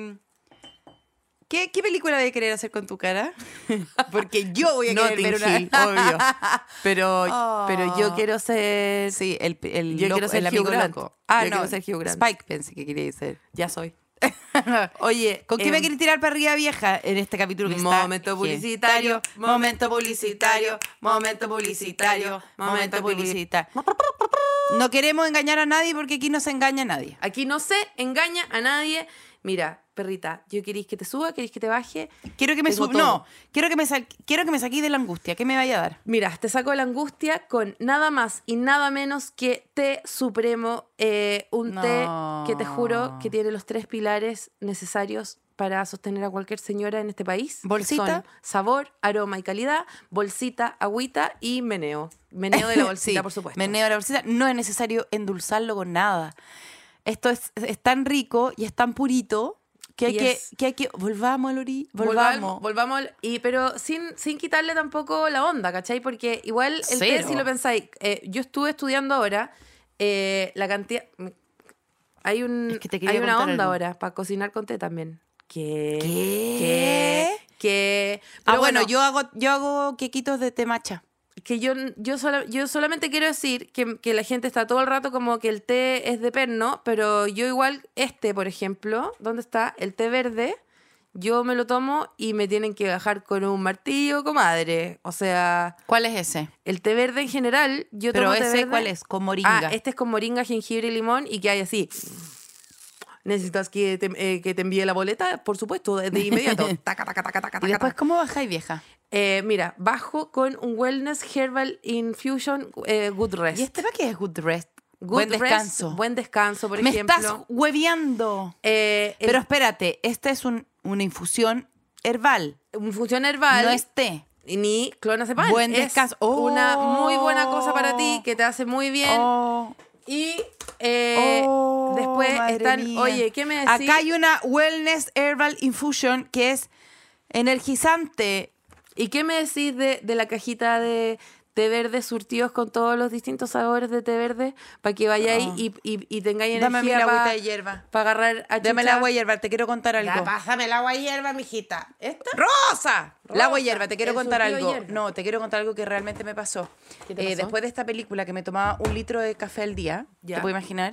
¿Qué película voy a querer hacer con tu cara? Porque yo voy a querer ver Hill, obvio. Pero yo quiero ser... Sí, el yo loco, quiero ser el amigo Hugh Grant. loco. Yo quiero ser Hugh Grant. Spike pensé que quería ser. Ya soy. Oye, ¿Con qué me querés tirar para arriba, vieja, en este capítulo que está? Momento publicitario. Momento publicitario. Momento publicitario. Momento publicitario. No queremos engañar a nadie porque aquí no se engaña a nadie. Aquí no se engaña a nadie. Mira, perrita, ¿yo queréis que te suba? ¿Queréis que te baje? Quiero que me Tengo suba. todo. No, quiero que me saquí de la angustia. ¿Qué me vaya a dar? Mira, te saco de la angustia con nada más y nada menos que té supremo. Un No. té que te juro que tiene los 3 pilares necesarios para sostener a cualquier señora en este país. ¿Bolsita? Son sabor, aroma y calidad, bolsita, agüita y meneo. Meneo de la bolsita, Sí, por supuesto. meneo de la bolsita. No es necesario endulzarlo con nada. Esto es tan rico y es tan purito que hay Y que... Volvamos, Lori. Volvamos. Volvamos, pero sin quitarle tampoco la onda, ¿cachai? Porque igual el té, Cero. si lo pensáis, yo estuve estudiando ahora la cantidad... Hay Es que te quería una contar onda algo. ahora para cocinar con té también. ¿Qué? Pero Bueno, yo hago quequitos de té matcha. que yo solamente quiero decir que la gente está todo el rato como que el té es de perno, pero yo igual por ejemplo, ¿dónde está? El té verde, yo me lo tomo y me tienen que bajar con un martillo, comadre. O sea, ¿Cuál es ese? el té verde en general, yo Pero tomo té ese, verde. ¿cuál es? Con moringa. Este es con moringa, jengibre y limón y que hay así. ¿Necesitas que te envíe la boleta? Por supuesto, de inmediato. Taca, taca, taca, taca, ¿Y después taca. cómo bajáis, vieja? Mira, bajo con un Wellness Herbal Infusion Good Rest. ¿Y este para qué es good rest? Good Buen rest, descanso. buen descanso, por Me ejemplo. estás hueveando. El- Pero espérate, esta es una infusión herbal. infusión herbal. No es té. Ni clonazepam. Buen Es descanso. una muy buena cosa para Oh. ti, que te hace muy bien. Oh, Y madre están... mía. Oye, ¿qué me decís? Acá hay una Wellness Herbal Infusion que es energizante. ¿Y qué me decís de la cajita de té verde surtidos con todos los distintos sabores de té verde para que vayáis y tengáis Dame a mí energía la agüita para de hierba. agarrar a Dame el chucha? agua de hierba, te quiero contar algo. Ya, pásame el agua de hierba, mijita. ¿Esta? ¡Rosa! El agua de Rosa, hierba, te quiero el contar surtido de algo. hierba. No, te quiero contar algo que realmente me pasó. ¿Qué te pasó? Después de esta película que me tomaba 1 litro de café al día, Ya. ¿te puedes imaginar?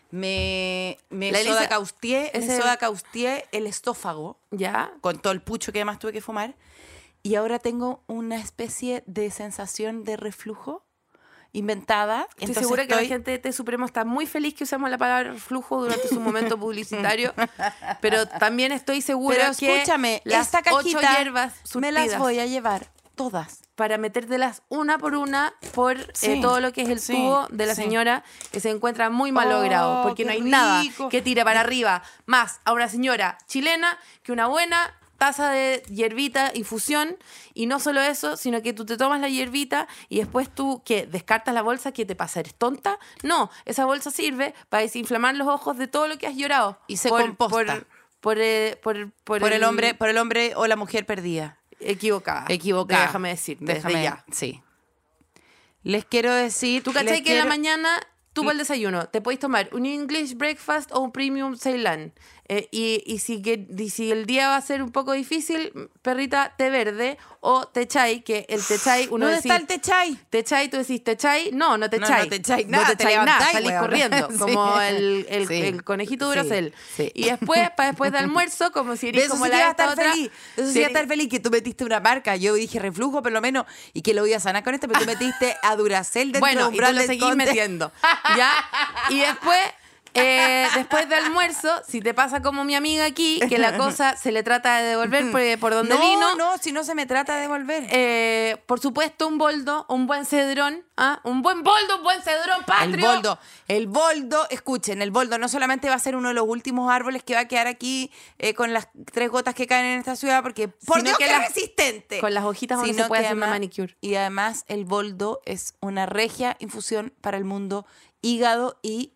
Me La Elisa- sodacaustié ese- el estófago ¿Ya? con todo el pucho que además tuve que fumar. Y ahora tengo una especie de sensación de reflujo inventada. Estoy Entonces segura que la gente de Té Supremo está muy feliz que usamos la palabra reflujo durante su momento publicitario, pero también estoy segura Pero que escúchame, las esta 8 cajita hierbas me las surtidas voy a llevar todas. para metértelas una por una por Sí, todo lo que es el sí, tubo de la sí. señora que se encuentra muy malogrado, porque qué no hay nada rico. que tire para arriba más a una señora chilena que una buena taza de hierbita, infusión, y no solo eso, sino que tú te tomas la hierbita y después tú, ¿qué? ¿Descartas la bolsa? ¿Qué te pasa? ¿Eres tonta? No, esa bolsa sirve para desinflamar los ojos de todo lo que has llorado. Y se composta. Por Por el hombre o la mujer perdida. Equivocada. Equivocada. Déjame decir, desde ya. Sí. Les quiero decir... ¿Tú cachai les que en la quiero- mañana, tú para el desayuno, te podéis tomar un English breakfast o un premium Ceylon? Y si el día va a ser un poco difícil, perrita, té verde o té chai, que el té chai, uno ¿Dónde decís, está el té chai? ¿Té chai? Tú decís, ¿té chai? No, no té No, chai. no té chai No nada, té te chai nada, levantáis, salís weón. corriendo, Sí. como Sí. el conejito Sí, Duracell. sí. Y después, para después de almuerzo, como si De eres eso como sí la que iba a esta estar otra. feliz. Eso sí si iba a eres- estar feliz que tú metiste una marca. Yo dije reflujo por lo menos y que lo voy a sanar con este, pero tú metiste a Duracell dentro de Bueno, un y tú brand lo de seguís Conte. metiendo. ¿Ya? Y después de almuerzo, si te pasa como mi amiga aquí, que la cosa se le trata de devolver por donde No, vino. no, si no se me trata de devolver. Por supuesto, un boldo, un buen cedrón. ¿Ah? Un buen boldo, un buen cedrón patrio. El boldo, escuchen, el boldo no solamente va a ser uno de los últimos árboles que va a quedar aquí con las 3 gotas que caen en esta ciudad, porque por Sino Dios que que es las- resistente. Con las hojitas donde Sino se puede que hacer una además- manicure. Y además el boldo es una regia infusión para el mundo hígado y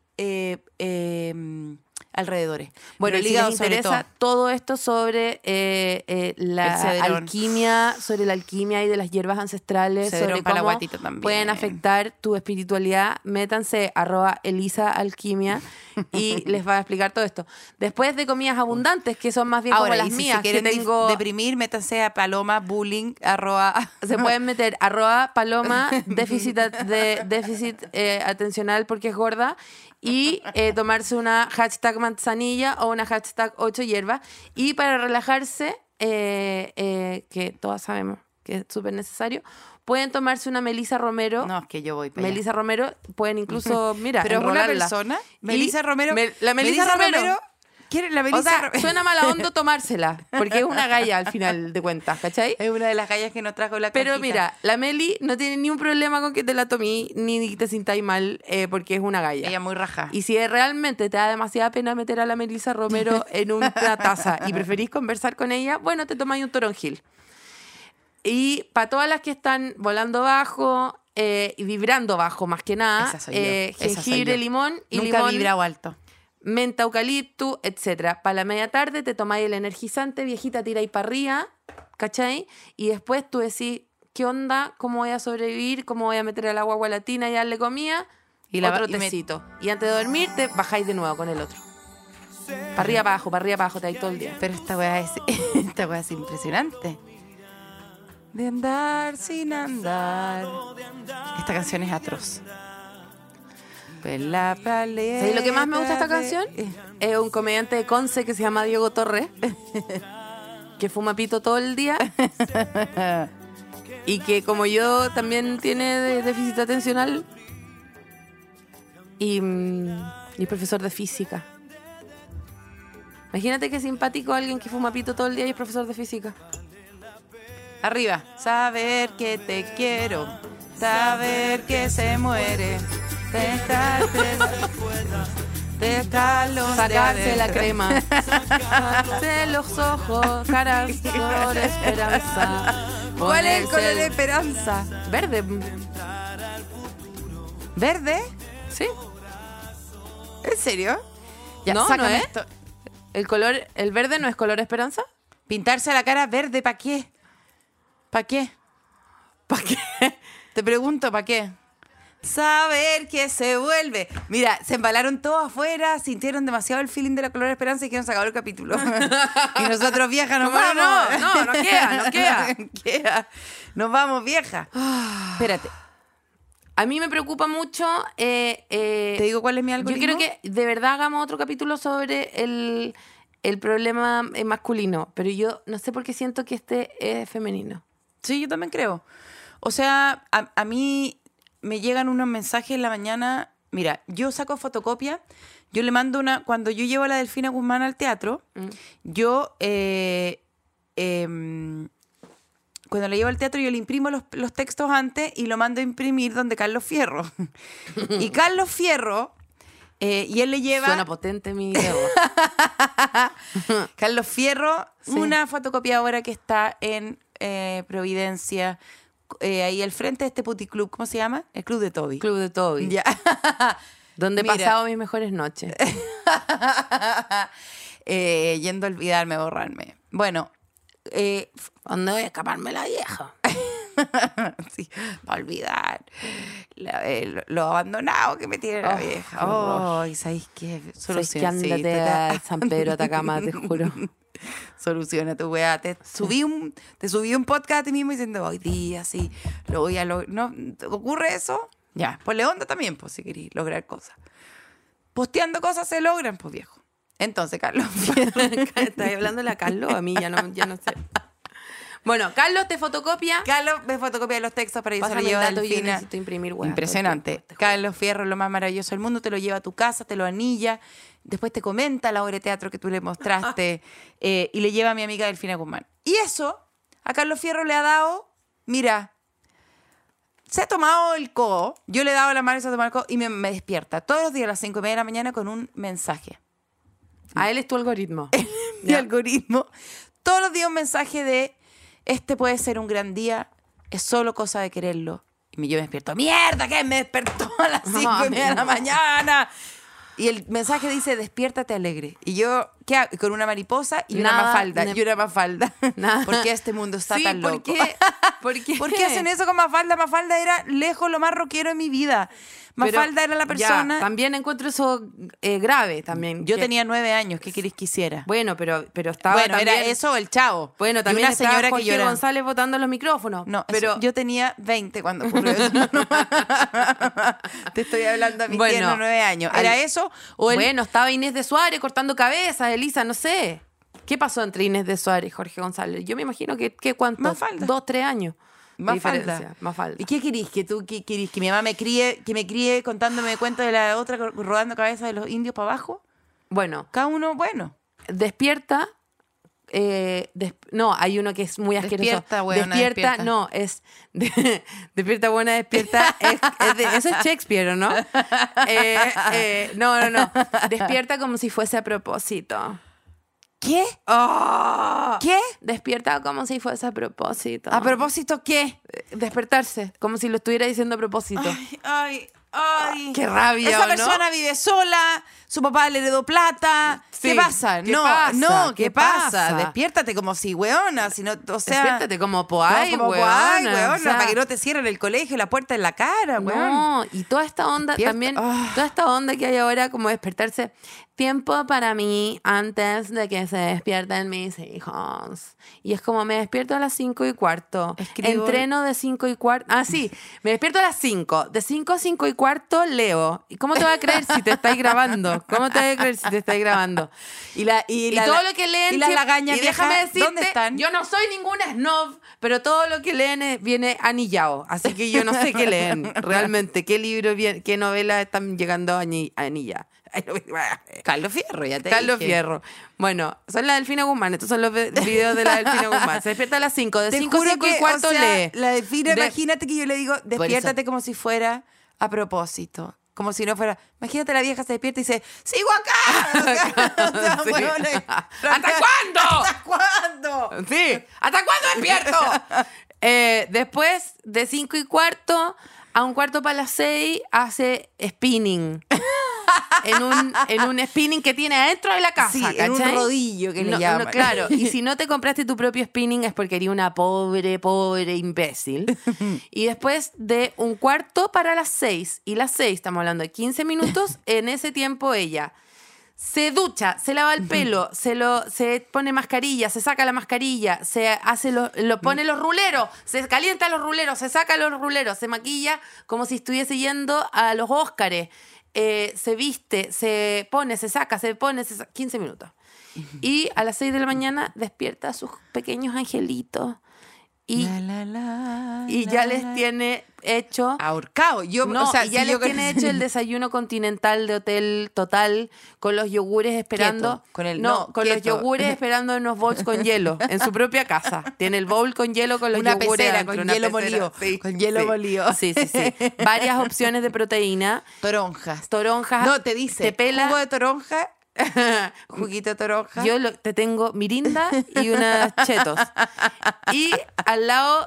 alrededores. Bueno, Pero y el si hígado les sobre interesa todo esto sobre la El cedrón. alquimia, sobre la alquimia y de las hierbas ancestrales, Cedrón sobre para la cómo guatita también. pueden afectar tu espiritualidad, métanse @ElisaAlquimia y les va a explicar todo esto. Después de comidas abundantes, que son más bien Ahora, como y las si mías, se quieren que tengo... deprimir, métanse a Paloma Bullying Se pueden meter @paloma déficit atencional porque es gorda y tomarse una #manzanilla o una #8 hierba. Y para relajarse, que todas sabemos que es súper necesario, pueden tomarse una Melissa Romero. No, es que yo voy para allá. Melissa Romero, pueden incluso, mira, Pero es una enrolarla. persona. Y Melissa Romero. la Melissa Romero. ¿Quiere la O Melissa sea, Romero? suena mala onda tomársela, porque es una galla al final de cuentas, ¿cachai? Es una de las gallas que nos trajo la Pero cajita. mira, la Meli no tiene ni un problema con que te la tomí, ni te sintáis mal, porque es una galla. Ella muy raja. Y si realmente te da demasiada pena meter a la Melissa Romero en una taza y preferís conversar con ella, bueno, te tomáis un toronjil. Y para todas las que están volando bajo y vibrando bajo, más que nada, Esa soy yo. Esa soy jengibre, yo. limón y Nunca limón, he vibrado alto. menta, eucalipto, etcétera. Para la media tarde te tomáis el energizante, viejita, tira y para arriba, ¿cachai? Y después tú decís, ¿qué onda? ¿Cómo voy a sobrevivir? ¿Cómo voy a meter al agua latina y darle comida? Y Otro y me- tecito. Y antes de dormir te bajáis de nuevo con el otro. Para arriba, para abajo, te vais todo el día. Pero esta weá es impresionante. De andar sin andar. Esta canción es atroz. Pues la paleta. ¿Sabes lo que más me gusta de esta canción? Es un comediante de Conce que se llama Diego Torres, que fuma pito todo el día y que como yo también tiene déficit atencional y es profesor de física. Imagínate qué simpático alguien que fuma pito todo el día y es profesor de física. Arriba. Saber que te quiero. Saber que se muere. Dejarlos Sacarse la crema, sacarse los ojos, caras, color, esperanza. ¿Cuál es el color Ponerse de esperanza? Verde. ¿Verde? Sí. ¿En serio? Ya, No, sácame no es. esto. ¿El verde no es color esperanza? Pintarse la cara verde, ¿para qué? ¿Para qué? ¿Para qué? Te pregunto, ¿para qué? Saber que se vuelve. Mira, se embalaron todos afuera, sintieron demasiado el feeling de la color de esperanza y quieren sacar el capítulo. Y nosotros, vieja, nos No, vamos. no queda. Queda. Nos vamos, vieja. Espérate, A mí me preocupa mucho. ¿te digo cuál es mi yo algoritmo? quiero que de verdad hagamos otro capítulo sobre el problema masculino, pero yo no sé por qué siento que este es femenino. Sí, yo también creo. O sea, a mí me llegan unos mensajes en la mañana. Mira, yo saco fotocopia, yo le mando una. Cuando yo llevo a la Delfina Guzmán al teatro, yo. Cuando la llevo al teatro, yo le imprimo los textos antes y lo mando a imprimir donde Carlos Fierro. Y Carlos Fierro. Y él le lleva. Suena potente mi dedo. Carlos Fierro, Sí. una fotocopiadora que está en Providencia, ahí al frente de este puticlub, ¿cómo se llama? El Club de Toby. Club de Toby. Ya. Donde he Mira. pasado mis mejores noches. Yendo a olvidarme, a borrarme. Bueno, ¿Dónde voy a escaparme la vieja? sí, para olvidar lo abandonado que me tiene la Oh, vieja. qué horror. Ay, ¿sabes qué? Sabes que ándate a San Pedro Atacama, te juro. Soluciona tu weá. Te subí un podcast a ti mismo diciendo, hoy día sí, lo voy a lograr. ¿No? ¿Te ocurre eso? Ya, ponle onda también, pues, si querís lograr cosas. Posteando cosas se logran, pues, viejo. Entonces, Carlos Fierro. ¿Estás hablando de la Carlos? A mí ya no sé. Bueno, Carlos te fotocopia. Carlos me fotocopia los textos para yo se lo Pásame llevo el a dato, yo Delfina. necesito imprimir, weá, Impresionante. todo el tiempo, te juro. Carlos Fierro es lo más maravilloso del mundo. Te lo lleva a tu casa, te lo anilla. Después te comenta la obra de teatro que tú le mostraste. Y le lleva a mi amiga Delfina Guzmán. Y eso a Carlos Fierro le ha dado, mira, se ha tomado el codo. Yo le he dado la mano y se ha tomado el codo. Y me despierta todos los días a las 5:30 de la mañana con un mensaje. A él es tu algoritmo. Mi algoritmo. Todos los días un mensaje de este puede ser un gran día, es solo cosa de quererlo. Y yo me despierto, ¡mierda! ¿Qué? Me despertó a las 5:30 de la mañana. Y el mensaje dice, despiértate alegre. Y yo, ¿qué hago? Con una mariposa y una Nada, mafalda. ne- Y una mafalda. Nada. ¿Por qué este mundo está Sí, tan ¿por loco? qué? ¿Por qué? ¿Por qué hacen eso con Mafalda? Mafalda era lejos lo más rockero de mi vida. Pero, Mafalda era la persona... ya, también encuentro eso grave también. Yo que- tenía 9 años, ¿qué querés que hiciera? Bueno, pero estaba Bueno, también... era eso o el chavo. Bueno, Y también una estaba señora Jorge que lloraba. González botando los micrófonos. No, pero yo tenía 20 cuando ocurrió eso. Te estoy hablando a mis Bueno, tiernos 9 años. ¿Era al- eso o el... bueno, estaba Inés de Suárez cortando cabezas, Elisa, no sé. ¿Qué pasó entre Inés de Suárez y Jorge González? Yo me imagino que ¿cuánto? Mafalda. 2, 3 años. Mafalda. Mafalda. ¿Y qué querís? ¿Que tú qué querís? ¿Que mi mamá me críe contándome cuentos de la otra rodando cabeza de los indios para abajo? Bueno, Cada uno, bueno. despierta. No, hay uno que es muy asqueroso. Despierta, buena, despierta. No, es despierta, buena, despierta. Eso es Shakespeare, ¿no? No. Despierta como si fuese a propósito. ¿Qué? ¡Oh! ¿Qué? Despierta como si fuese a propósito. ¿A propósito qué? Despertarse, como si lo estuviera diciendo a propósito. Ay. ¡Qué rabia! Esa ¿o no? persona vive sola, su papá le heredó plata. Sí, ¿Qué pasa? ¿qué pasa? ¿Qué pasa? Despiértate como si, weona, si no, o sea... Despiértate como poay, como weona. weona, O sea, para que no te cierren el colegio, la puerta en la cara, weón. no, y toda esta onda Despierta. también, toda esta onda que hay ahora como despertarse. Tiempo para mí antes de que se despierten mis hijos. Y es como me despierto a las 5:15. Escribo- Entreno de 5:15. Ah, sí, me despierto a las 5. De 5 a 5:15 leo. ¿Y cómo te va a creer si te estáis grabando? ¿Cómo te va a creer si te estáis grabando? Y todo lo que leen... y las lagañas y déjame viejas, decirte, ¿dónde están? yo no soy ninguna snob, pero todo lo que leen viene anillado. Así que yo no sé qué leen realmente. ¿Qué libros, qué novelas están llegando anilla? Carlos Fierro, ya te Carlos dije. Fierro. Bueno, son la Delfina Guzmán. Estos son los videos de la Delfina Guzmán. Se despierta a las 5. De Te 5 a juro 5:15 o sea, lee. La Delfina, De- imagínate que yo le digo, despiértate como si fuera a propósito. Como si no fuera... Imagínate la vieja se despierta y dice, ¡sigo acá! O sea, Sí. huevona, ¿Hasta cuándo? ¿Hasta cuándo? Sí. ¿Hasta cuándo despierto? Después, de 5:15 a 5:45 hace spinning. en un spinning que tiene adentro de la casa, Sí, ¿cachai? en un rodillo que le llaman. Claro, y si no te compraste tu propio spinning es porque eres una pobre imbécil. Y después de 5:15 para las 6, y las 6, estamos hablando de 15 minutos, en ese tiempo ella se ducha, se lava el pelo, se pone mascarilla, se saca la mascarilla, se hace lo pone los ruleros, se calienta los ruleros, se saca los ruleros, se maquilla como si estuviese yendo a los Óscares. Se viste, se pone, se saca, 15 minutos. Y a las 6 de la mañana despierta a sus pequeños angelitos y ya les tiene hecho... Ahorcado. Yo, No, o sea, y ya si les yo- tiene hecho el desayuno continental de Hotel Total con los yogures esperando. Quieto, Con los yogures esperando en unos bowls con hielo en su propia casa. Tiene el bowl con hielo con los Una yogures pecera adentro, con una hielo pecera. molido. Sí, Con hielo sí. molido. Sí. Varias opciones de proteína. Toronjas. Toronjas. No, te dice, Te pela. jugo de toronja, juguito de toronja. Yo te tengo mirinda y unas chetos. Y al lado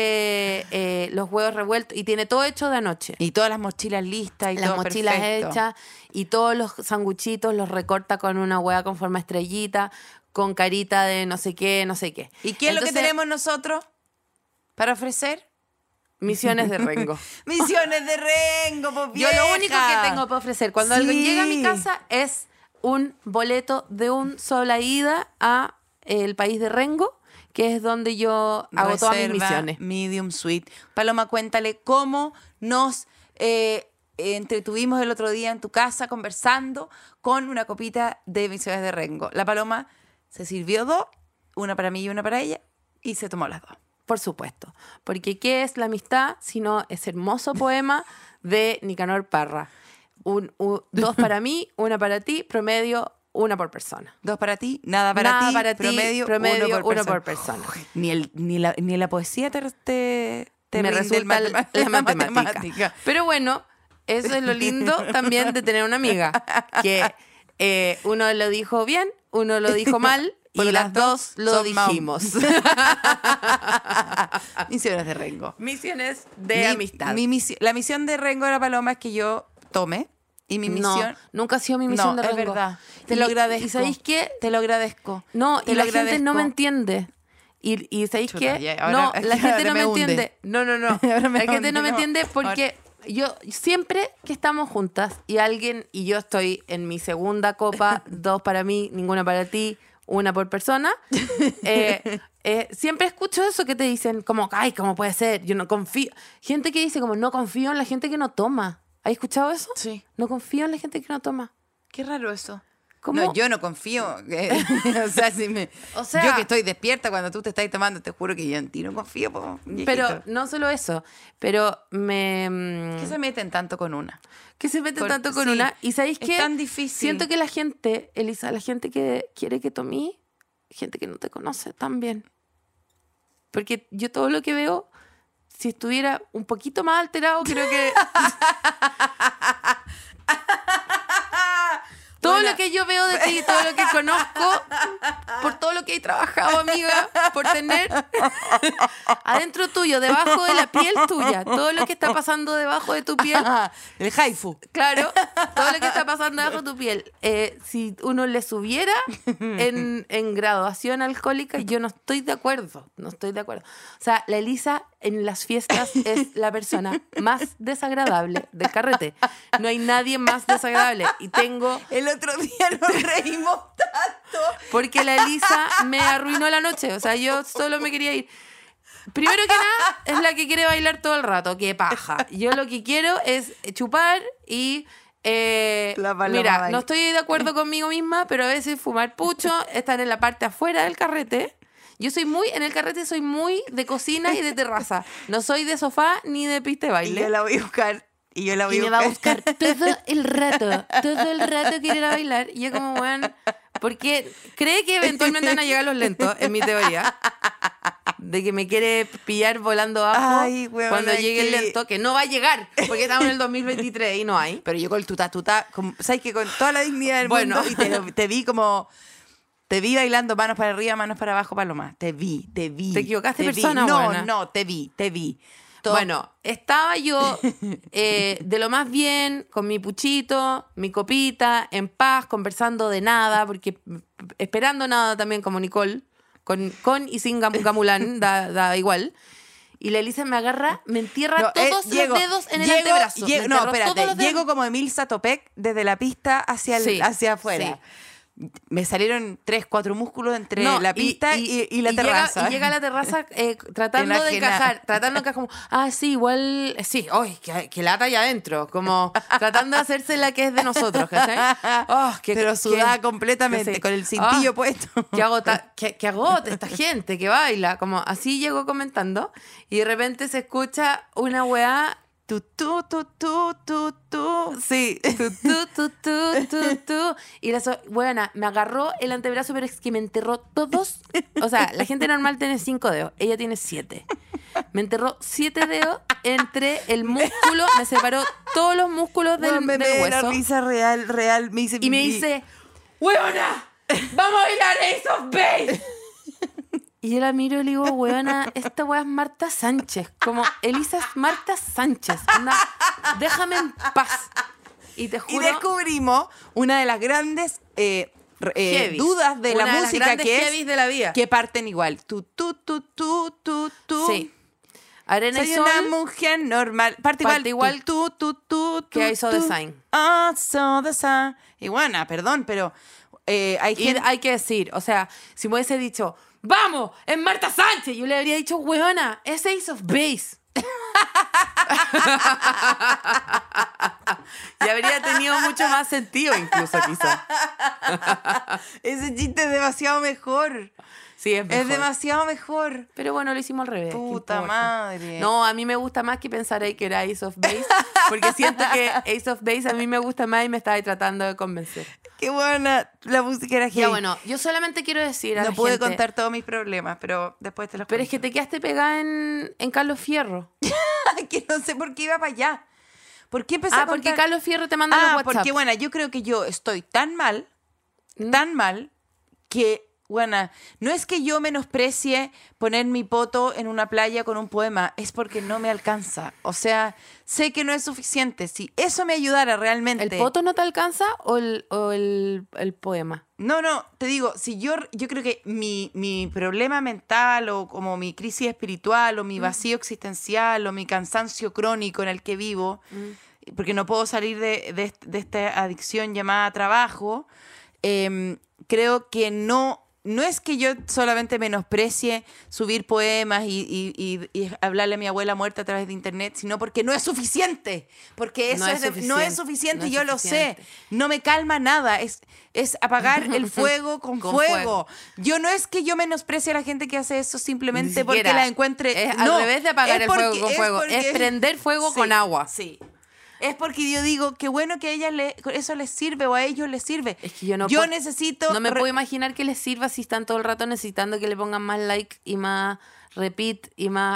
los huevos revueltos. Y tiene todo hecho de anoche. Y todas las mochilas listas y Las todo mochilas perfecto. hechas. Y todos los sanguchitos los recorta con una hueá con forma estrellita, con carita de no sé qué, no sé qué. ¿Y qué es lo que Entonces, tenemos nosotros para ofrecer? Misiones de Rengo. Misiones de Rengo, pues, Yo lo único vieja. que tengo para ofrecer cuando Sí. alguien llega a mi casa es un boleto de un sola ida a el país de Rengo, que es donde yo hago todas mis Reserva misiones. Medium Suite. Paloma, cuéntale cómo nos entretuvimos el otro día en tu casa conversando con una copita de Misiones de Rengo. La Paloma se sirvió 2, una para mí y una para ella, y se tomó las 2. Por supuesto. Porque ¿qué es la amistad? Sino ese hermoso poema de Nicanor Parra. 2 para mí, una para ti, promedio, una por persona. 2 para ti, nada para ti, promedio, uno por persona. Ni la poesía te Me rinde resulta el la matemática. Pero bueno, eso es lo lindo también de tener una amiga. Que uno lo dijo bien, uno lo dijo mal, Pero y las dos lo son mam. dijimos. Misiones de Rengo. Misiones de amistad. La misión de Rengo de la Paloma es que yo tome. Y mi misión... No, nunca ha sido mi misión No, de es Rengo. verdad. Te lo agradezco. ¿Y sabéis qué? Te lo agradezco. No, Te y lo la gente no me agradezco. entiende. Y ¿sabéis Chuta, qué? ya, ahora- No, la gente ahora no me me hunde. entiende. No. Ahora me La gente hunde, no me no. entiende porque yo siempre que estamos juntas y yo estoy en mi segunda copa, 2 para mí, ninguna para ti, una por persona, siempre escucho eso que te dicen como, ay, ¿cómo puede ser? Yo no confío. Gente que dice como, no confío en la gente que no toma. ¿Has escuchado eso? Sí. No confío en la gente que no toma. Qué raro eso. ¿Cómo? No, yo no confío. O sea, O sea- yo que estoy despierta cuando tú te estás tomando, te juro que yo en ti no confío, po, viejito. Pero no solo eso, pero ¿Qué se meten tanto con una? que se meten Con- tanto con sí, una. ¿Y sabéis es qué? tan difícil. Siento que la gente, Elisa, la gente que quiere que tomí, gente que no te conoce tan bien. Porque yo todo lo que veo, si estuviera un poquito más alterado, creo que... Todo Buena. lo que yo veo de ti, todo lo que conozco, por todo lo que he trabajado, amiga, por tener adentro tuyo, debajo de la piel tuya, todo lo que está pasando debajo de tu piel, El haifu. claro, todo lo que está pasando debajo de tu piel. Si uno le subiera en graduación alcohólica, yo no estoy de acuerdo, no estoy de acuerdo. O sea, la Elisa en las fiestas es la persona más desagradable del carrete. No hay nadie más desagradable. Y tengo... El otro día nos reímos tanto. Porque la Elisa me arruinó la noche. O sea, yo solo me quería ir. Primero que nada, es la que quiere bailar todo el rato. ¡Qué paja! Yo lo que quiero es chupar y... La paloma mira, baila. no estoy de acuerdo conmigo misma, pero a veces fumar pucho, estar en la parte afuera del carrete. Yo en el carrete soy muy de cocina y de terraza. No soy de sofá ni de pista de Y baile. yo la voy a buscar. Y yo la voy Y a me va a buscar. buscar todo el rato quiere ir a bailar. Y yo como, bueno, porque cree que eventualmente van a llegar los lentos, en mi teoría. De que me quiere pillar volando abajo Ay, weona, cuando llegue el que- lento, que no va a llegar, porque estamos en el 2023 y no hay. Pero yo con el tuta, ¿sabes que con toda la dignidad del Bueno. mundo? Y te vi como... Te vi bailando manos para arriba, manos para abajo, Paloma. Te vi. Te equivocaste de vi. persona, No, buena. no, te vi. Todo- Bueno, estaba yo de lo más bien, con mi puchito, mi copita, en paz, conversando de nada, porque esperando nada también como Nicole, con y sin gamulán, da igual. Y la Elisa me agarra, me entierra No, todos llego- los dedos en el llego- antebrazo. llego- Me no, enterró todos espérate. los dedos. Llego como Emil Satopek desde la pista hacia, Sí, hacia afuera. sí. Me salieron 3, 4 músculos entre No, la pista y la terraza. Y llega a la terraza tratando de Enajenada. encajar como, sí, igual, sí, ¡ay, que lata allá adentro! Como tratando de hacerse la que es de nosotros, ¿cachai? Oh, Pero sudada completamente, sí. con el cintillo Ah, puesto. que agote esta gente que baila. Como así llegó comentando y de repente se escucha una weá. Tu. Sí, tu. Y buena, me agarró el antebrazo, pero es que me enterró todos. O sea, la gente normal tiene 5 dedos, ella tiene 7. Me enterró 7 dedos entre el músculo, me separó todos los músculos del, Bueno, me del da la hueso. risa real. Me dice, Y me dice, ¡huevona! ¡Vamos a bailar Ace of Base! Y yo la miro y le digo, huevona, esta hueá es Marta Sánchez. Como, Elisa es Marta Sánchez. Anda, déjame en paz. Y te Y juro... descubrimos una de las grandes heavies. dudas de Una la las música grandes que heavies de la vida. que parten igual. Tu. Sí. Arena y Soy Sol, una mujer normal. Parte igual. Tu. que I Saw the Sign. I saw the sign. Y bueno, perdón, pero hay Y gente... hay que decir, o sea, si me hubiese dicho, ¡vamos! ¡Es Marta Sánchez! Yo le habría dicho, huevona, es Ace of Base. Y habría tenido mucho más sentido incluso, quizá. Ese chiste es demasiado mejor. Sí, es mejor. Es demasiado mejor. Pero bueno, lo hicimos al revés. ¿qué Puta importa? madre. No, a mí me gusta más que pensar ahí que era Ace of Base, porque siento que Ace of Base a mí me gusta más y me está ahí tratando de convencer. Qué buena. La música era Ya heavy. bueno, yo solamente quiero decir a No la pude gente, contar todos mis problemas, pero después te los pero es que te quedaste pegada en Carlos Fierro. que no sé por qué iba para allá. ¿Por qué empecé a Porque contar? Carlos Fierro te manda los WhatsApp. porque bueno, yo creo que yo estoy tan mal, que, bueno, no es que yo menosprecie poner mi poto en una playa con un poema, es porque no me alcanza. O sea, sé que no es suficiente. Si eso me ayudara realmente... ¿El poto no te alcanza o el poema? No, te digo, si yo creo que mi problema mental o como mi crisis espiritual o mi vacío existencial o mi cansancio crónico en el que vivo, porque no puedo salir de esta adicción llamada trabajo, creo que no no es que yo solamente menosprecie subir poemas y hablarle a mi abuela muerta a través de internet, sino porque no es suficiente. Porque eso no es suficiente, yo lo sé. No me calma nada. Es apagar el fuego con fuego. Yo no es que yo menosprecie a la gente que hace eso simplemente porque la encuentre. Es al revés de apagar el fuego con fuego. Es prender fuego con agua. Sí. Es porque yo digo, qué bueno que a ella eso les sirve o a ellos les sirve. Es que yo no necesito... No me puedo imaginar que les sirva si están todo el rato necesitando que le pongan más like y más retweet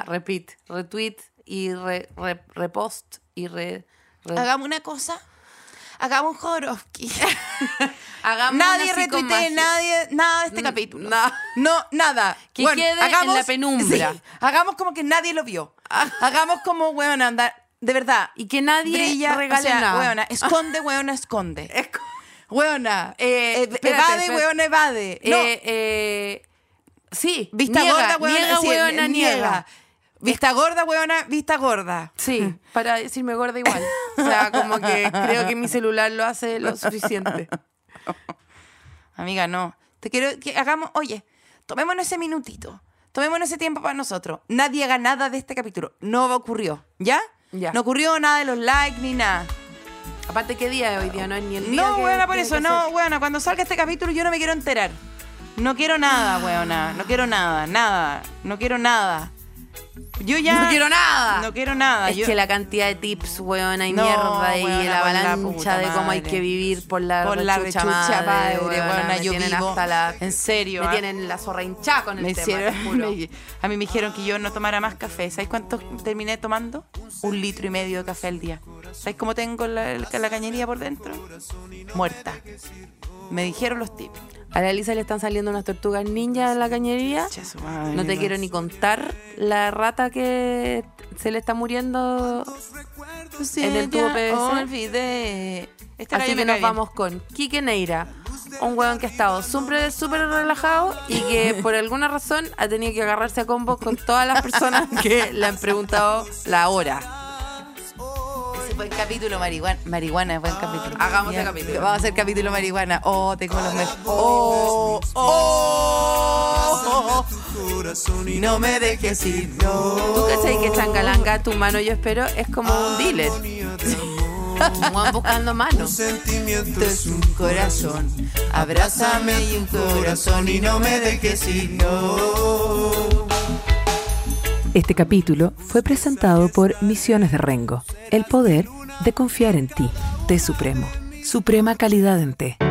y repost y Hagamos una cosa. Hagamos un Jodorowsky. Nadie retuitee, nada de este capítulo. Nada. Que quede en la penumbra. Sí, hagamos como que nadie lo vio. Hagamos como, weón, andar... De verdad. Y que nadie regale nada. Weona, esconde. Weona, evade, weona, evade. No. Sí. Vista gorda, weona, niega. Vista gorda, weona, vista gorda. Sí, para decirme gorda igual. O sea, como que creo que mi celular lo hace lo suficiente. Amiga, no. Te quiero que hagamos... Oye, tomémonos ese minutito. Tomémonos ese tiempo para nosotros. Nadie haga nada de este capítulo. No ocurrió. ¿Ya? Ya. No ocurrió nada de los likes ni nada. Aparte, ¿qué día es hoy día? No es ni el día. No, weona, por eso. No, weona, cuando salga este capítulo yo no me quiero enterar. No quiero nada, weona. No quiero nada. No quiero nada. Yo ya... No quiero nada. No quiero nada. Es que la cantidad de tips, weona, y mierda, y weona, la avalancha de cómo hay madre. que vivir por la rechucha madre, weona, me yo tienen vivo. hasta en serio. Me tienen la zorra hinchada con el tema, te juro. A mí me dijeron que yo no tomara más café. ¿Sabes cuánto terminé tomando? 1,5 litros de café al día. ¿Sabes cómo tengo la cañería por dentro? Muerta. Me dijeron los tips. A la Elisa le están saliendo unas tortugas ninja en la cañería. No te quiero ni contar la rata que se le está muriendo en el tubo PVC. Olvidé. Así que nos vamos con Quique Neira, un huevón que ha estado súper relajado y que por alguna razón ha tenido que agarrarse a combos con todas las personas que le han preguntado la hora. Buen capítulo, marihuana es buen capítulo. Hagamos ese capítulo. Vamos a hacer capítulo marihuana. Tengo los meses. No me dejes ir, no. ¿Tú cachai que Changalanga, tu mano yo espero, es como un dealer? Un guan buscando manos. Un sentimiento es un corazón. Abrázame y un corazón y no me dejes ir, no. Este capítulo fue presentado por Misiones de Rengo. El poder de confiar en ti. Té Supremo. Suprema calidad en té.